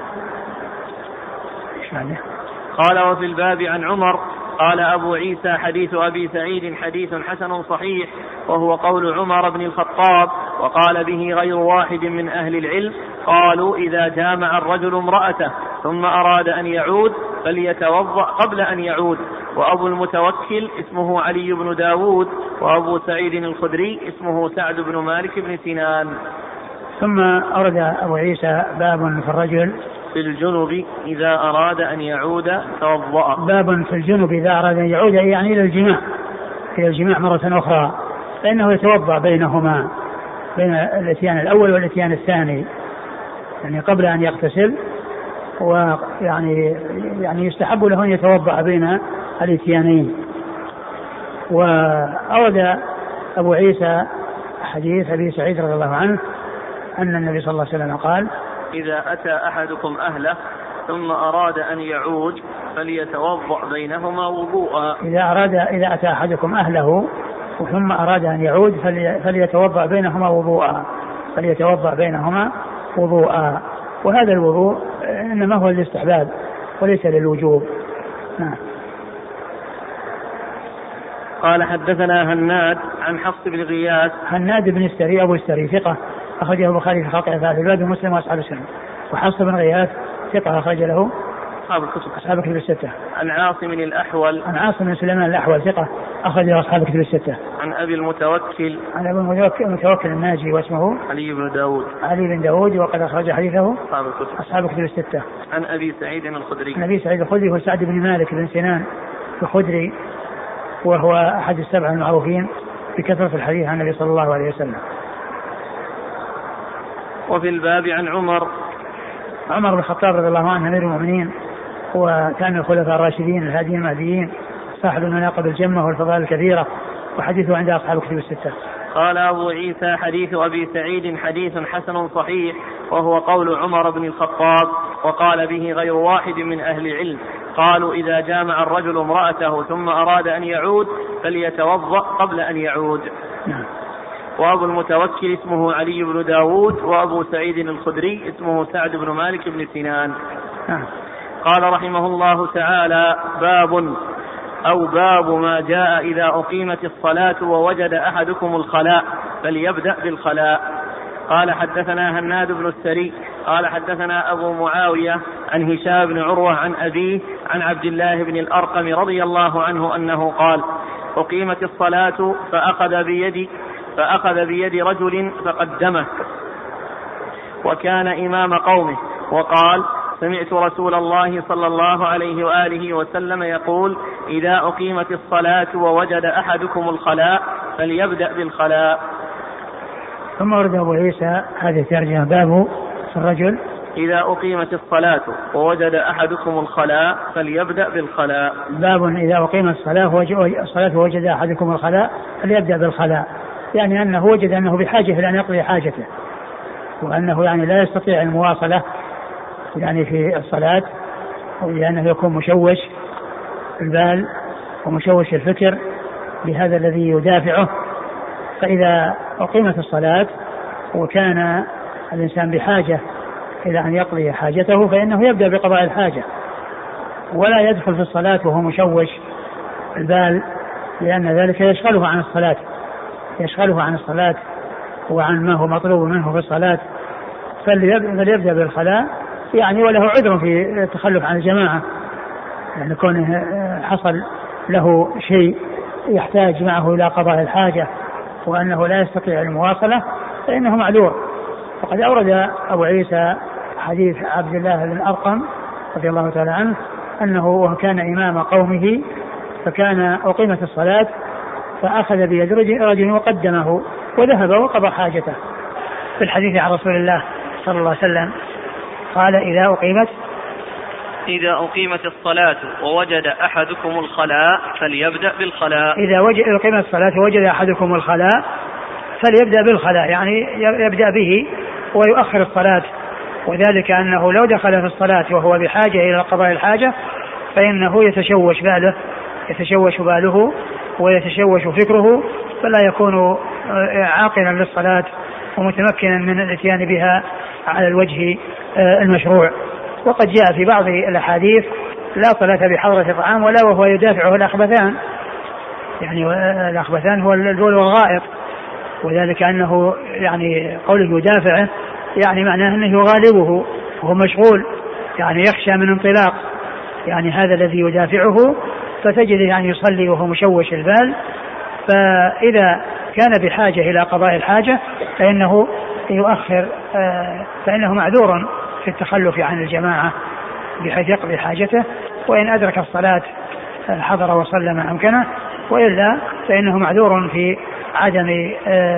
قال وفي الباب عن عمر قال أبو عيسى حديث أبي سعيد حديث حسن صحيح، وهو قول عمر بن الخطاب، وقال به غير واحد من أهل العلم قالوا إذا جامع الرجل امرأته ثم أراد أن يعود فليتوضأ قبل أن يعود. وأبو المتوكل اسمه علي بن داود، وأبو سعيد الخدري اسمه سعد بن مالك بن سنان. ثم أورد أبو عيسى باب في الرجل في الجنب إذا أراد أن يعود توضأ. باب في الجنب إذا أراد أن يعود يعني إلى الجماع إلى الجماع مرة أخرى، فإنه يتوضأ بينهما، بين الاتيان الأول والاتيان الثاني، يعني قبل أن يغتسل، ويعني يعني يستحب له أن يتوضأ بين الاتيانين. وأورد أبو عيسى حديث أبي سعيد رضي الله عنه أن النبي صلى الله عليه وسلم قال إذا أتى أحدكم أهله ثم أراد أن يعود فليتوضأ بينهما وضوءا. إذا أراد إذا أتى أحدكم أهله ثم أراد أن يعود فليتوضأ بينهما وضوءا فليتوضأ بينهما وضوءا. وهذا الوضوء إنما هو للاستحباب وليس للوجوب. نعم. قال حدثنا هناد عن حفص بن غياث. هناد بن السري أبو السري ثقة أخرجه البخاري في خلق أفعال العباد ومسلم وأصحاب السنن. وحفص بن غياث ثقة أخرج له أصحاب الكتب أصحاب الكتب الستة. عن عاصم الأحول عن عاصم بن سليمان الأحول ثقة أخرج له أصحاب الكتب الستة. عن أبي المتوكل عن أبي المتوكل الناجي واسمه علي بن داود علي بن داود وقد أخرج حديثه أصحاب الكتب أصحاب الكتب الستة. عن أبي سعيد الخدري عن أبي سعيد الخدري هو سعد بن مالك بن سنان الخدري، وهو أحد السبع المعروفين بكثرة الحديث عن النبي صلى الله عليه وسلم. وفي الباب عن عمر عمر بن الخطاب رضي الله عنه أمير المؤمنين، وكان الخلفاء الراشدين الهاديين المهديين صاحب المناقب الجمة والفضائل الكثيرة، وحديثه عند أصحاب الكتب الستة. قال أبو عيسى حديث أبي سعيد حديث حسن صحيح، وهو قول عمر بن الخطاب، وقال به غير واحد من أهل العلم قالوا إذا جامع الرجل امرأته ثم أراد أن يعود فليتوضأ قبل أن يعود. نعم. وأبو المتوكل اسمه علي بن داود، وأبو سعيد الخدري اسمه سعد بن مالك بن سنان. نعم. قال رحمه الله تعالى باب أو باب ما جاء إذا أقيمت الصلاة ووجد أحدكم الخلاء فليبدأ بالخلاء. قال حدثنا هناد بن السري قال حدثنا أبو معاوية عن هشام بن عروة عن أبيه عن عبد الله بن الأرقم رضي الله عنه أنه قال أقيمت الصلاة فأخذ بيد فأخذ بيد رجل فقدمه وكان إمام قومه وقال سمعت رسول الله صلى الله عليه وآله وسلم يقول إذا أقيمت الصلاة ووجد أحدكم الخلاء فليبدأ بالخلاء. ثم ورد أبو عيسى هذه الترجمة باب الرجل إذا أقيمت الصلاة ووجد أحدكم الخلاء فليبدأ بالخلاء. باب إذا أقيمت الصلاة ووجد أحدكم الخلاء فليبدأ بالخلاء، يعني أنه وجد أنه بحاجة لأن يقضي حاجته، وأنه يعني لا يستطيع المواصلة يعني في الصلاة، لأنه يكون مشوش البال ومشوش الفكر بهذا الذي يدافعه. فإذا أقيمت الصلاة وكان الإنسان بحاجة إلى أن يقضي حاجته فإنه يبدأ بقضاء الحاجة، ولا يدخل في الصلاة وهو مشوش البال، لأن ذلك يشغله عن الصلاة يشغله عن الصلاة وعن ما هو مطلوب منه في الصلاة. فليبدأ بالخلاء يعني وله عذر في التخلف عن الجماعة، يعني كونه حصل له شيء يحتاج معه إلى قضاء الحاجة وأنه لا يستطيع المواصلة فإنه معذور. وقد أورد أبو عيسى حديث عبد الله بن الأرقم رضي الله تعالى عنه أنه كان إمام قومه فكان أقيمت الصلاة فأخذ بيد رجل وقدمه وذهب وقضى حاجته. في الحديث عن رسول الله صلى الله عليه وسلم قال إذا أقيمت إذا أقيمت الصلاة ووجد أحدكم الخلاء فليبدأ بالخلاء. إذا وجد أقيمت الصلاة ووجد أحدكم الخلاء فليبدأ بالخلاء، يعني يبدأ به ويؤخر الصلاة، وذلك أنه لو دخل في الصلاة وهو بحاجة إلى قضاء الحاجة فإنه يتشوش باله يتشوش باله ويتشوش فكره، فلا يكون عاقلا للصلاة ومتمكنا من الاتيان بها على الوجه المشروع. وقد جاء في بعض الأحاديث لا صلاة بحضرة طعام ولا وهو يدافعه الأخبثان، يعني الأخبثان هو البول والغائط، وذلك أنه يعني قوله يدافعه يعني معناه أنه يغالبه وهو مشغول، يعني يخشى من انطلاق، يعني هذا الذي يدافعه، فتجد يعني يصلي وهو مشوش البال. فإذا كان بحاجة إلى قضاء الحاجة فإنه يؤخر فإنه معذور في التخلف عن الجماعة بحيث يقضي حاجته، وإن أدرك الصلاة حضر وصلى ما أمكنه، وإلا فإنه معذور في عدم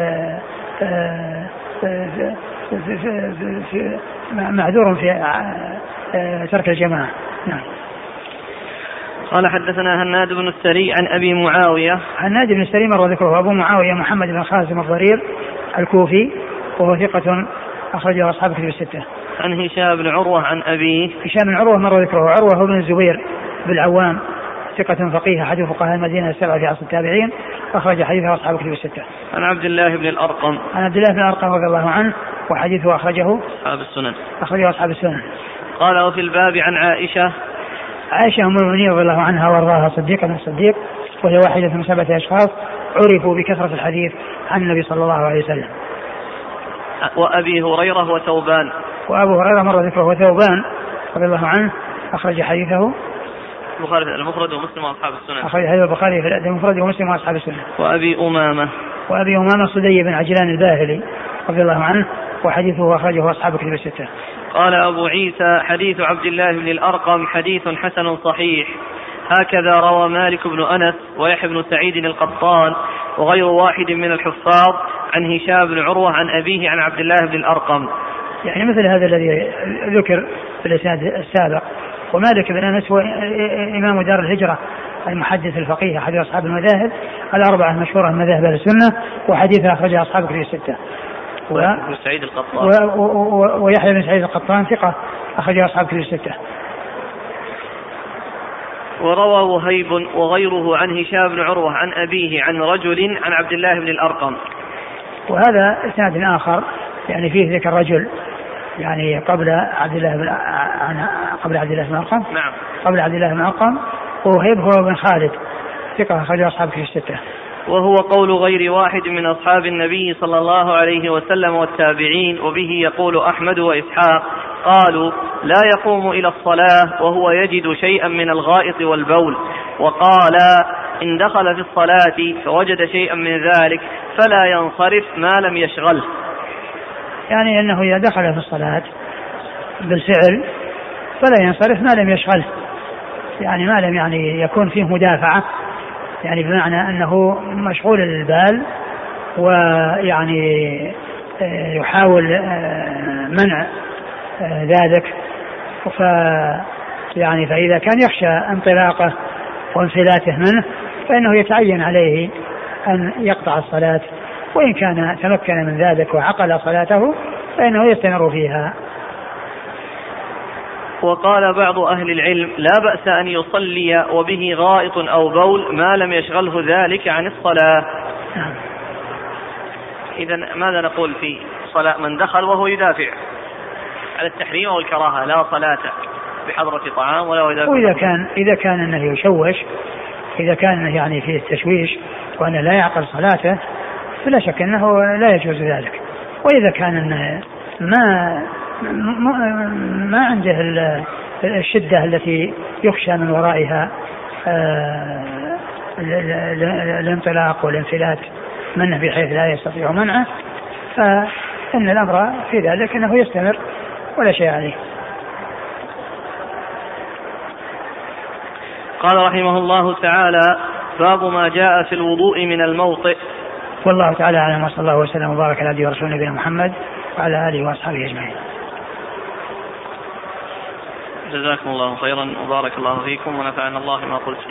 معذور في ترك الجماعة. نعم. قال حدثنا هناد بن السري عن أبي معاوية. هناد بن السري مر ذكره. أبو معاوية محمد بن خازم الضرير الكوفي وهو ثقة أخرجه أصحاب كتب الستة. عن هشام بن عروة عن أبيه. هشام بن عروة مر ذكره. عروة بن الزبير بالعوام ثقة فقيه أحد فقهاء المدينة السبعة في عصر التابعين، أخرج حديثه أصحاب كتب الستة. عن عبد الله بن الأرقم. عن عبد الله بن الأرقم رضي الله عنه وحديثه أخرجه أصحاب السنن. أخرجه أصحاب السنن. قال وفي الباب عن عائشة. عائشة أم المؤمنين رضي الله عنها وارضاها صديقة من الصديق، وهي واحدة من سبعة أشخاص عرفوا بكثرة الحديث عن النبي صلى الله عليه وسلم. وأبي هريرة وثوبان. وأبو هريرة مر ذكره وثوبان رضي الله عنه أخرج حديثه البخاري في المفرد ومسلم وأصحاب السنن. أخرج حديث البخاري في المفرد ومسلم وأصحاب السنن. وأبي أمامة. وأبي أمامة صدي بن عجلان الباهلي رضي الله عنه وحديثه أخرجه أصحاب كتب الستة. قال أبو عيسى حديث عبد الله بن الأرقم حديث حسن صحيح، هكذا روى مالك بن أنس ويحيى بن سعيد القطان وغير واحد من الحفاظ عن هشام بن عروة عن أبيه عن عبد الله بن الأرقم. يعني مثل هذا الذي ذكر في الإسناد السابق. ومالك بن أنس هو إمام دار الهجرة المحدث الفقيه أحد أصحاب المذاهب الأربعة المشهورة من مذاهب السنة، وحديثه أخرجه أصحاب كتب الستة. ويحيى بن سعيد القطان ويحيى بن سعيد القطان ثقة أخرجه أصحاب كتب الستة. وروى وهيب وغيره عن هشام بن عروة عن أبيه عن رجل عن عبد الله بن الأرقم. وهذا إسناد آخر يعني فيه ذكر رجل يعني قبل عبد الله بن قبل عبد الله بن الأرقم. نعم. قبل عبد الله بن الأرقم. ووهيب هو بن خالد ثقة أخرجه أصحاب كتب الستة. وهو قول غير واحد من أصحاب النبي صلى الله عليه وسلم والتابعين، وبه يقول أحمد وإسحاق قالوا لا يقوم إلى الصلاة وهو يجد شيئا من الغائط والبول، وقال إن دخل في الصلاة فوجد شيئا من ذلك فلا ينصرف ما لم يشغله. يعني أنه إذا دخل في الصلاة بالفعل فلا ينصرف ما لم يشغله، يعني ما لم يعني يكون فيه مدافعة، يعني بمعنى أنه مشغول البال ويعني يحاول منع ذلك، ف يعني فإذا كان يخشى انطلاقه وانفلاته منه فإنه يتعين عليه أن يقطع الصلاة، وإن كان تمكن من ذلك وعقل صلاته فإنه يستمر فيها. وقال بعض أهل العلم لا بأس أن يصلي وبه غائط أو بول ما لم يشغله ذلك عن الصلاة. إذن ماذا نقول في صلاة من دخل وهو يدافع على التحريم والكراهة لا صلاة بحضرة طعام ولا يدافع؟ وإذا كان إذا كان أنه يشوش، إذا كان يعني فيه التشويش وأنه لا يعقل صلاته فلا شك أنه لا يجوز ذلك. وإذا كان أنه ما ما عنده الشدة التي يخشى من ورائها الانطلاق والانفلات منه بحيث لا يستطيع منعه، فإن الأمر في ذلك أنه يستمر ولا شيء عليه. قال رحمه الله تعالى باب ما جاء في الوضوء من الموطئ. والله تعالى أعلم، وصلى الله وسلم وبارك على عبده ورسوله نبينا محمد وعلى آله وأصحابه أجمعين. جزاكم الله خيرا وبارك الله فيكم ونفعنا الله ما قلت.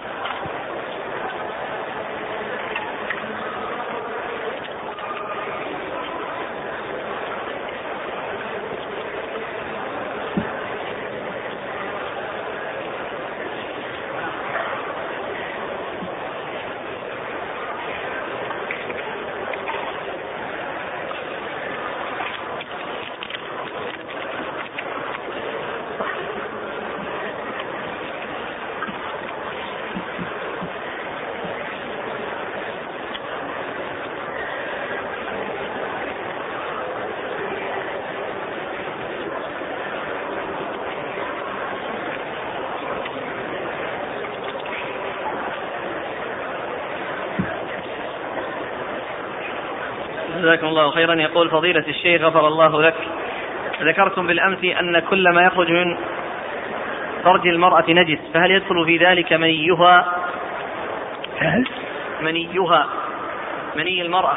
جزاكم الله خيرا. يقول فضيلة الشيخ غفر الله لك، ذكرتم بالأمس أن كل ما يخرج من فرج المرأة نجس، فهل يدخل في ذلك منيها؟ هل؟ منيها مني المرأة؟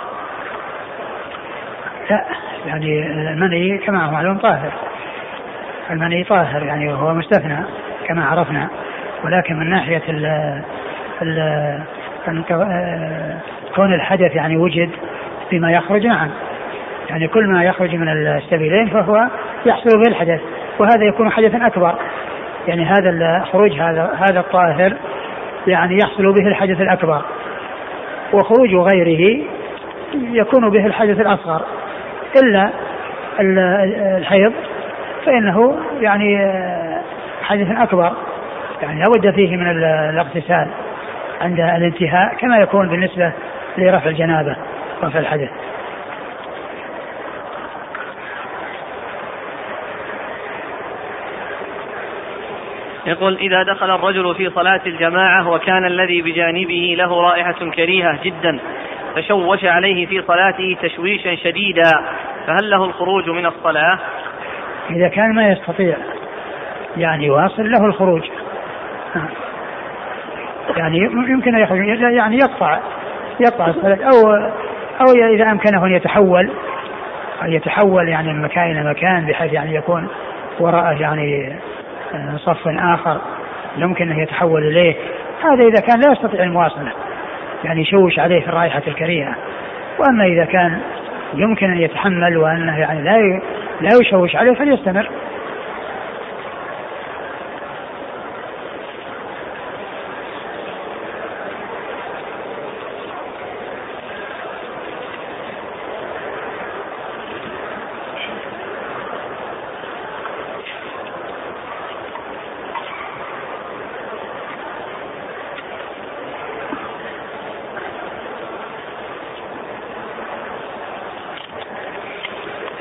لا، يعني المني كما هو معلوم طاهر، المني طاهر يعني هو مستثنى كما عرفنا، ولكن من ناحية ال ال كون الحدث يعني وجد فيما يخرج، نعم، يعني كل ما يخرج من السبيلين فهو يحصل به الحدث، وهذا يكون حدثا أكبر، يعني هذا الخروج هذا هذا الطاهر يعني يحصل به الحدث الأكبر، وخروج غيره يكون به الحدث الأصغر، إلا الحيض فإنه يعني حدث أكبر، يعني لا بد فيه من الاغتسال عند الانتهاء كما يكون بالنسبة لرفع الجنابة رفع الحدث. يقول إذا دخل الرجل في صلاة الجماعة وكان الذي بجانبه له رائحة كريهة جدا فشوش عليه في صلاته تشويشا شديدا، فهل له الخروج من الصلاة؟ إذا كان ما يستطيع يعني واصل له الخروج، يعني يمكن يخرج يعني يقطع يقطع الصلاة، أو أو إذا أمكنه أن يتحول أن يتحول يعني من مكان إلى مكان بحيث يعني يكون وراءه يعني صف آخر يمكن أن يتحول إليه، هذا إذا كان لا يستطيع المواصلة يعني يشوش عليه في الرائحة الكريهة. وأما إذا كان يمكن أن يتحمل وأنه يعني لا لا يشوش عليه فليستمر.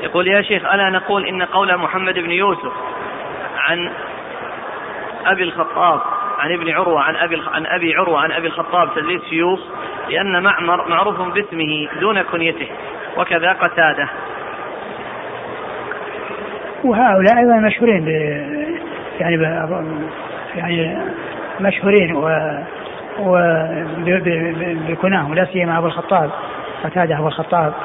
يقول يا شيخ ألا نقول إن قول محمد بن يوسف عن أبي الخطاب عن ابن عروة عن أبي, عن أبي عروة عن أبي الخطاب تدليس شيوخ لأن معمر معروف باسمه دون كنيته وكذا قتادة. وهؤلاء أيضا مشهورين ب يعني ب يعني مشهورين و وبكناهم لا سيما أبو الخطاب قتادة أبو الخطاب.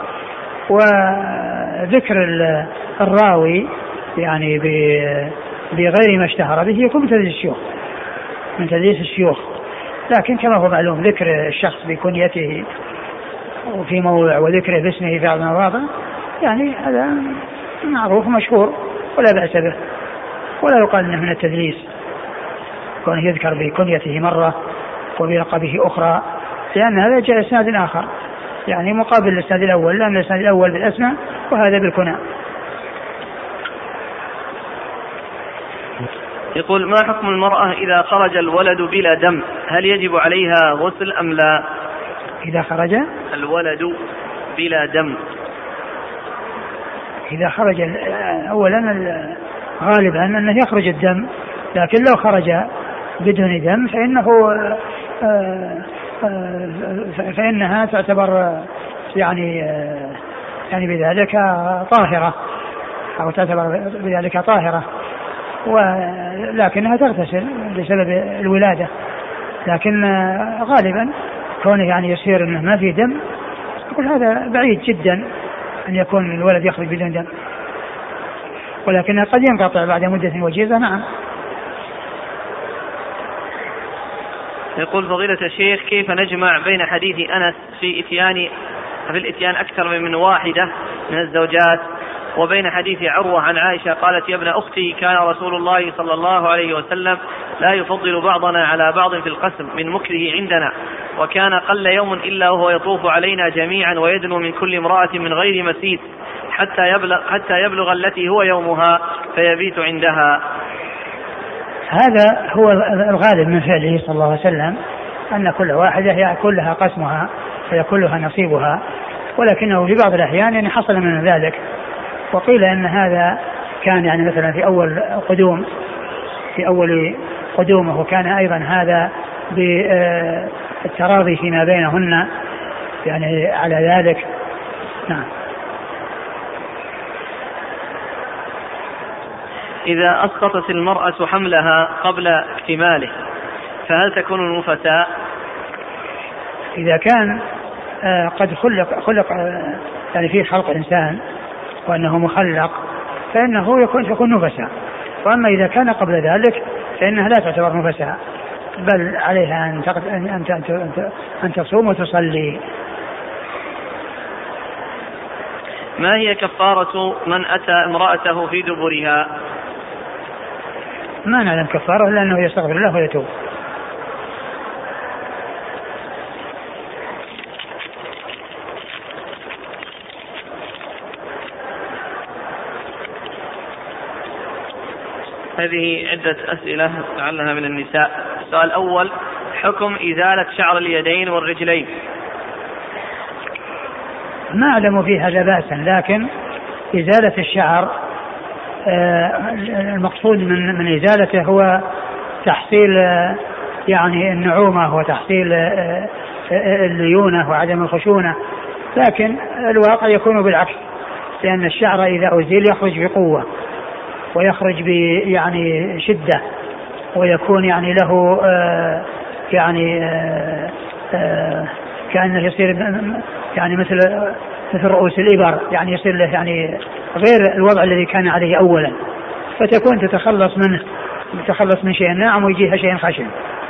وذكر الراوي يعني بغير ما اشتهر به يكون من تدليس الشيوخ من تدليس الشيوخ لكن كما هو معلوم ذكر الشخص بكنيته وفي موضع وذكره باسمه في بعض المواضع يعني هذا معروف مشهور ولا بأس به ولا يقال انه من التدليس كونه يذكر بكنيته مرة وبلقبه أخرى لأن هذا جاء إسناد آخر يعني مقابل الإسناد الأول لأن الإسناد الأول بالأسماء وهذا بالكنى. يقول ما حكم المرأة إذا خرج الولد بلا دم هل يجب عليها غسل أم لا؟ إذا خرج الولد بلا دم إذا خرج أولا غالبا أنه يخرج الدم لكن لو خرج بدون دم فإنه فإنها تعتبر يعني يعني بذلك طاهرة أو تعتبر بذلك طاهرة ولكنها تغتسل بسبب الولادة لكن غالبا كونه يعني يصير انه ما في دم أقول هذا بعيد جدا أن يكون الولد يخرج بدون دم ولكنه قد ينقطع بعد مدة وجيزة. نعم. يقول فضيلة الشيخ كيف نجمع بين حديث أنس في إتيان في الإتيان أكثر من واحدة من الزوجات وبين حديث عروة عن عائشة قالت يا ابن أختي كان رسول الله صلى الله عليه وسلم لا يفضل بعضنا على بعض في القسم من مكره عندنا وكان قل يوم إلا وهو يطوف علينا جميعا ويدنو من كل امرأة من غير مسيس حتى يبلغ, حتى يبلغ التي هو يومها فيبيت عندها. هذا هو الغالب من فعله صلى الله عليه وسلم أن كل واحدة يكون لها قسمها ويكون لها نصيبها ولكنه في بعض الأحيان يعني حصل من ذلك وقيل أن هذا كان يعني مثلا في أول قدوم في أول قدومه وكان أيضا هذا بالتراضي فيما بينهن يعني على ذلك. نعم. إذا أسقطت المرأة حملها قبل اكتماله فهل تكون النفساء؟ إذا كان قد خلق, خلق يعني فيه خلق إنسان وأنه مخلق فإنه يكون تكون نفساء وأما إذا كان قبل ذلك فإنها لا تعتبر نفساء بل عليها أن, أن, أن, أن تصوم وتصلي. ما هي كفارة من أتى امرأته في دبرها؟ ما نعلم كفارة لأنه يستغفر الله ويتوب. هذه عدة أسئلة لعلها من النساء. السؤال الأول حكم إزالة شعر اليدين والرجلين. ما أعلم فيها بأسا لكن إزالة الشعر المقصود من من إزالته هو تحصيل يعني النعومة وتحصيل الليونة وعدم الخشونة لكن الواقع يكون بالعكس لأن الشعر إذا أزيل يخرج بقوة ويخرج ب يعني شدة ويكون يعني له آه يعني آه آه كأنه يصير يعني مثل مثل رؤوس الإبر يعني يصير له يعني غير الوضع الذي كان عليه أولا فتكون تتخلص منه تتخلص من شيء ناعم ويجيها شيء خشن.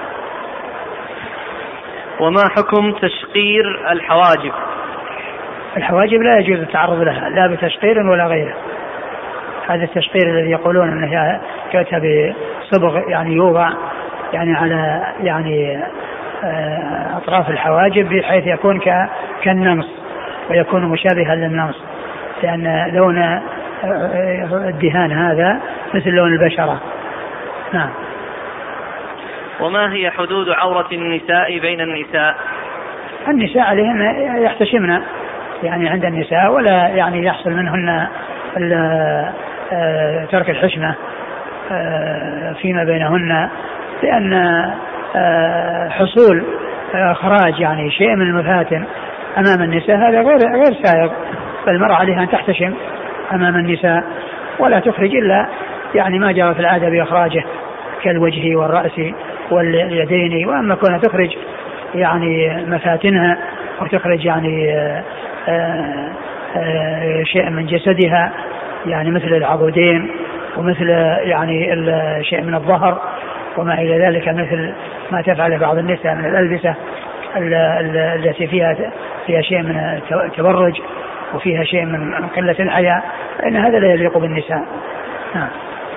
وما حكم تشقير الحواجب؟ الحواجب لا يجوز التعرض لها لا بتشقير ولا غيره. هذا التشقير الذي يقولون انه كتب صبغ يعني يوضع يعني على يعني اطراف الحواجب بحيث يكون كالنمص ويكون مشابها للنمص لان لون الدهان هذا مثل لون البشرة. نعم. وما هي حدود عورة النساء بين النساء؟ النساء عليهن يحتشمن يعني عند النساء ولا يعني يحصل منهن ترك الحشمة فيما بينهن، لأن حصول إخراج يعني شيء من المفاتن أمام النساء هذا غير غير سائغ، فالمرأة عليها أن تحتشم أمام النساء ولا تخرج إلا يعني ما جرت العادة بإخراجه كالوجه والرأس واليدين. وأما كونها تخرج يعني مفاتنها وتخرج يعني آآ آآ شيء من جسدها يعني مثل العضدين ومثل يعني شيء من الظهر وما إلى ذلك، مثل ما تفعل بعض النساء من الألبسة التي فيها فيها شيء من التبرج وفيها شيء من قلة الحياء، فإن هذا لا يليق بالنساء. نعم.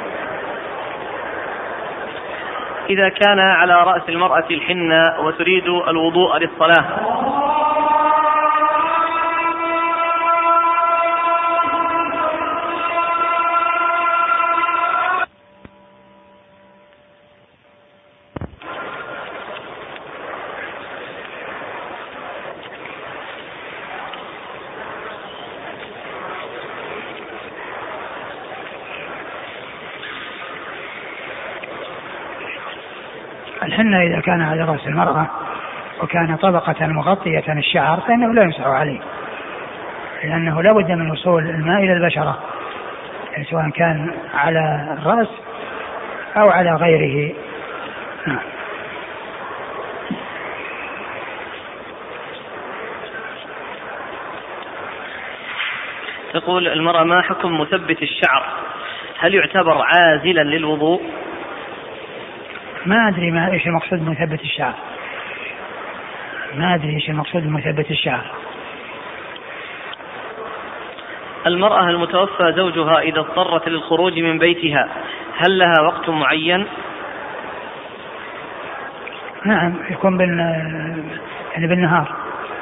إذا كان على رأس المرأة الحنة وتريد الوضوء للصلاة الحنة إذا كان على رأس المرأة وكان طبقة مغطية الشعر فإنه لا يمسح عليه، لأنه لا بد من وصول الماء إلى البشرة، يعني سواء كان على الرأس أو على غيره. تقول المرأة: ما حكم مثبت الشعر؟ هل يعتبر عازلا للوضوء؟ ما أدري ما إيش المقصود بمثبت الشعر، ما أدري إيش المقصود بمثبت الشعر. المرأة المتوفى زوجها إذا اضطرت للخروج من بيتها هل لها وقت معين؟ نعم، يكون بال يعني بالنهار.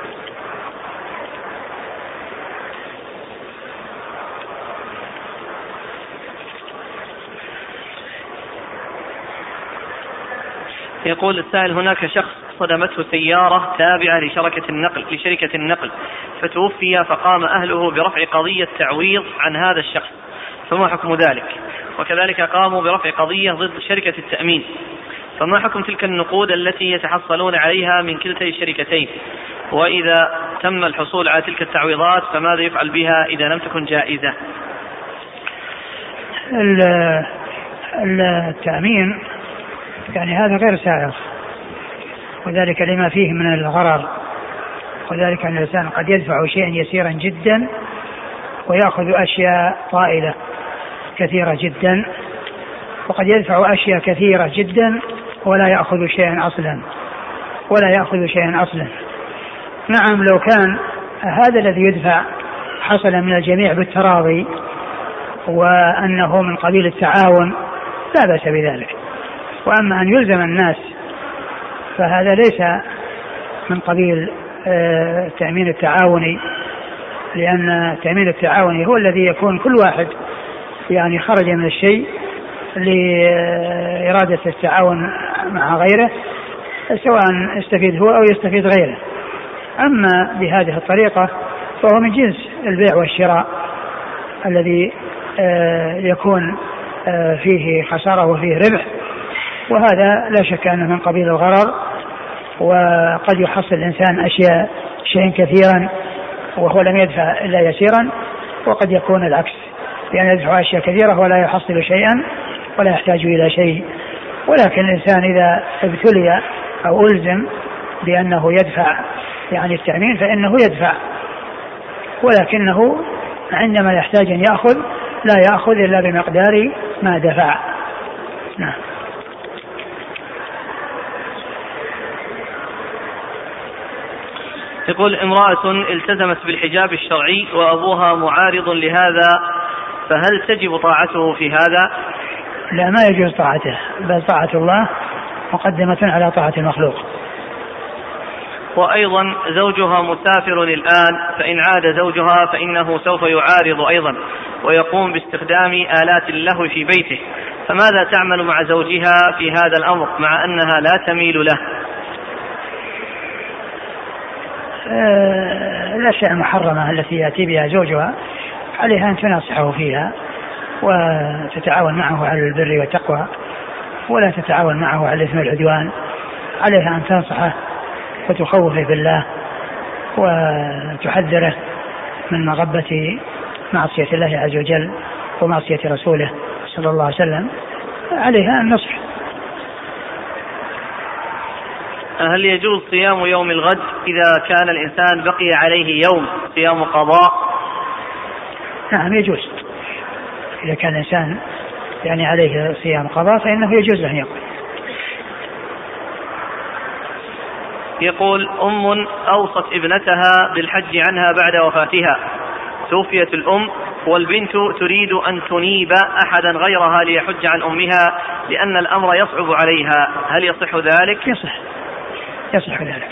يقول السائل: هناك شخص صدمته سيارة تابعة لشركة النقل لشركة النقل فتوفي، فقام أهله برفع قضية تعويض عن هذا الشخص، فما حكم ذلك؟ وكذلك قاموا برفع قضية ضد شركة التأمين، فما حكم تلك النقود التي يتحصلون عليها من كلتا الشركتين؟ وإذا تم الحصول على تلك التعويضات فماذا يفعل بها إذا لم تكن جائزة؟ التأمين يعني هذا غير سائغ، وذلك لما فيه من الغرر، وذلك أن الإنسان قد يدفع شيئا يسيرا جدا ويأخذ أشياء طائلة كثيرة جدا، وقد يدفع أشياء كثيرة جدا ولا يأخذ شيئا أصلا ولا يأخذ شيئا أصلا. نعم، لو كان هذا الذي يدفع حصل من الجميع بالتراضي وأنه من قبيل التعاون لا بأس بذلك، وأما أن يلزم الناس فهذا ليس من قبيل التأمين التعاوني، لأن التأمين التعاوني هو الذي يكون كل واحد يعني خرج من الشيء لإرادة التعاون مع غيره، سواء يستفيد هو أو يستفيد غيره. أما بهذه الطريقة فهو من جنس البيع والشراء الذي يكون فيه خسارة وفيه ربح، وهذا لا شك أنه من قبيل الغرر، وقد يحصل الإنسان أشياء شيئا كثيرا وهو لم يدفع إلا يسيرا، وقد يكون العكس، يعني يدفع أشياء كثيرة ولا يحصل شيئا ولا يحتاج إلى شيء. ولكن الإنسان إذا ابتلي أو ألزم بأنه يدفع يعني التأمين فإنه يدفع، ولكنه عندما يحتاج أن يأخذ لا يأخذ إلا بمقدار ما دفع. نعم. يقول: امرأة التزمت بالحجاب الشرعي وأبوها معارض لهذا، فهل تجب طاعته في هذا؟ لا، ما يجوز طاعته، بل طاعة الله مقدمة على طاعة المخلوق. وأيضا زوجها مسافر الآن، فإن عاد زوجها فإنه سوف يعارض أيضا ويقوم باستخدام آلات اللهو في بيته، فماذا تعمل مع زوجها في هذا الأمر مع أنها لا تميل له؟ الأشياء المحرمة التي يأتي بها زوجها عليها أن تناصحه فيها وتتعاون معه على البر والتقوى ولا تتعاون معه على الإثم والعدوان. عليها أن تنصحه وتخوفه بالله وتحذره من مغبة معصية الله عز وجل ومعصية رسوله صلى الله عليه وسلم. عليها النصح. هل يجوز صيام يوم الغد إذا كان الإنسان بقي عليه يوم صيام قضاء؟ نعم يجوز. إذا كان الإنسان يعني عليه صيام قضاء فإنه يجوز له يقول. يقول أم أوصت ابنتها بالحج عنها بعد وفاتها، توفيت الأم والبنت تريد أن تنيب أحدا غيرها ليحج عن أمها لأن الأمر يصعب عليها، هل يصح ذلك؟ يصح يصح ذلك.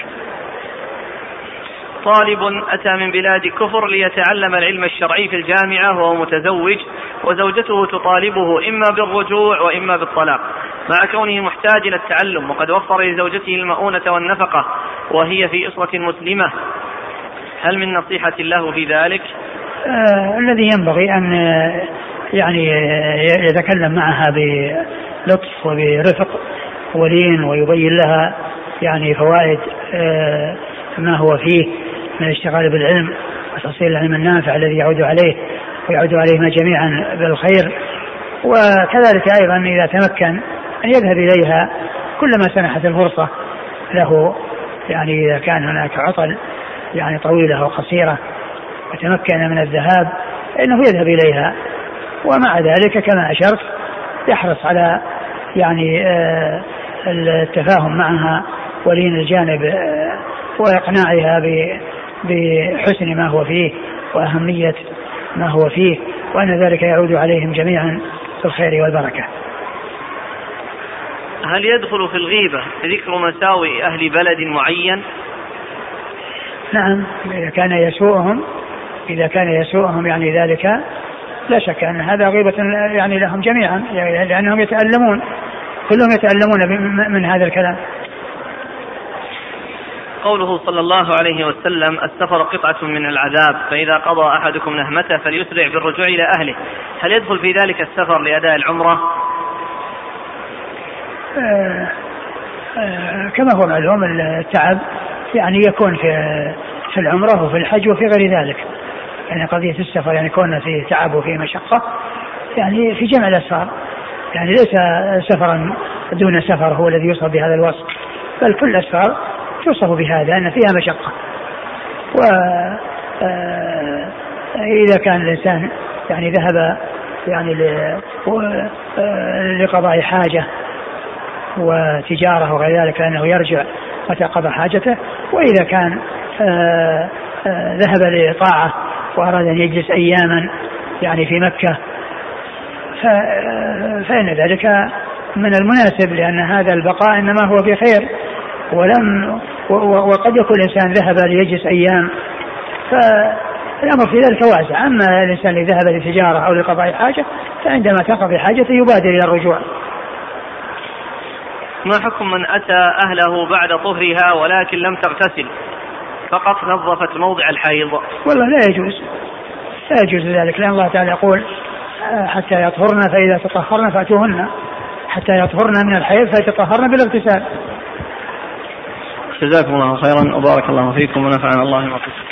طالب أتى من بلاد كفر ليتعلم العلم الشرعي في الجامعة وهو متزوج وزوجته تطالبه إما بالرجوع وإما بالطلاق مع كونه محتاج إلى التعلم وقد وفر لزوجته المؤونة والنفقة وهي في أسرة مسلمة، هل من نصيحة له في ذلك؟ آه الذي ينبغي أن يعني يتكلم معها بلطف وبرفق ولين ويبين لها يعني فوائد آه ما هو فيه من الاشتغال بالعلم وتحصيل العلم النافع الذي يعود عليه ويعود عليهما جميعا بالخير. وكذلك أيضا إذا تمكن أن يذهب إليها كلما سنحت الفرصة له، يعني إذا كان هناك عطل يعني طويلة أو قصيرة وتمكن من الذهاب إنه يذهب إليها. ومع ذلك كما أشرت يحرص على يعني آه التفاهم معها ولين الجانب آه وإقناعها بحسن ما هو فيه وأهمية ما هو فيه وأن ذلك يعود عليهم جميعا بالخير والبركة. هل يدخل في الغيبة ذكر مساوئ أهل بلد معين؟ نعم إذا كان يسوءهم إذا كان يسوءهم يعني ذلك لا شك أن هذا غيبة يعني لهم جميعا لأنهم يتألمون كلهم يتألمون من هذا الكلام. قوله صلى الله عليه وسلم السفر قطعة من العذاب فإذا قضى أحدكم نهمته فليسرع بالرجوع إلى أهله، هل يدخل في ذلك السفر لأداء العمرة؟ آه آه كما هو معلوم التعب يعني يكون في في العمرة وفي الحج وفي غير ذلك، يعني قضية السفر يعني يكون فيه تعب وفيه مشقة يعني في جميع الأسفار، يعني ليس سفرا دون سفر هو الذي يوصف بهذا الوصف، بل كل الأسفار توصف بهذا أن فيها مشقة. وإذا كان الإنسان يعني ذهب يعني لقضاء حاجة وتجارة وغير ذلك لأنه يرجع متى قضى حاجته، وإذا كان ذهب لطاعة وأراد أن يجلس أياما يعني في مكة فإن ذلك من المناسب، لأن هذا البقاء إنما هو في خير، ولم وقد يكون الإنسان ذهب ليجلس أيام فالأمر في ذلك واسع. أما الإنسان اللي ذهب لتجارة أو لقضاء حاجة فعندما تقضي حاجته يبادر إلى الرجوع. ما حكم من أتى أهله بعد طهرها ولكن لم تغتسل فقط نظفت موضع الحيض؟ والله لا يجوز لا يجوز ذلك، لأن الله تعالى يقول حتى يطهرن فإذا تطهرن فأتوهن، حتى يطهرن من الحيض فيتطهرن بالاغتسال. جزاكم الله خيرا وبارك الله فيكم ونفعنا الله وفيكم.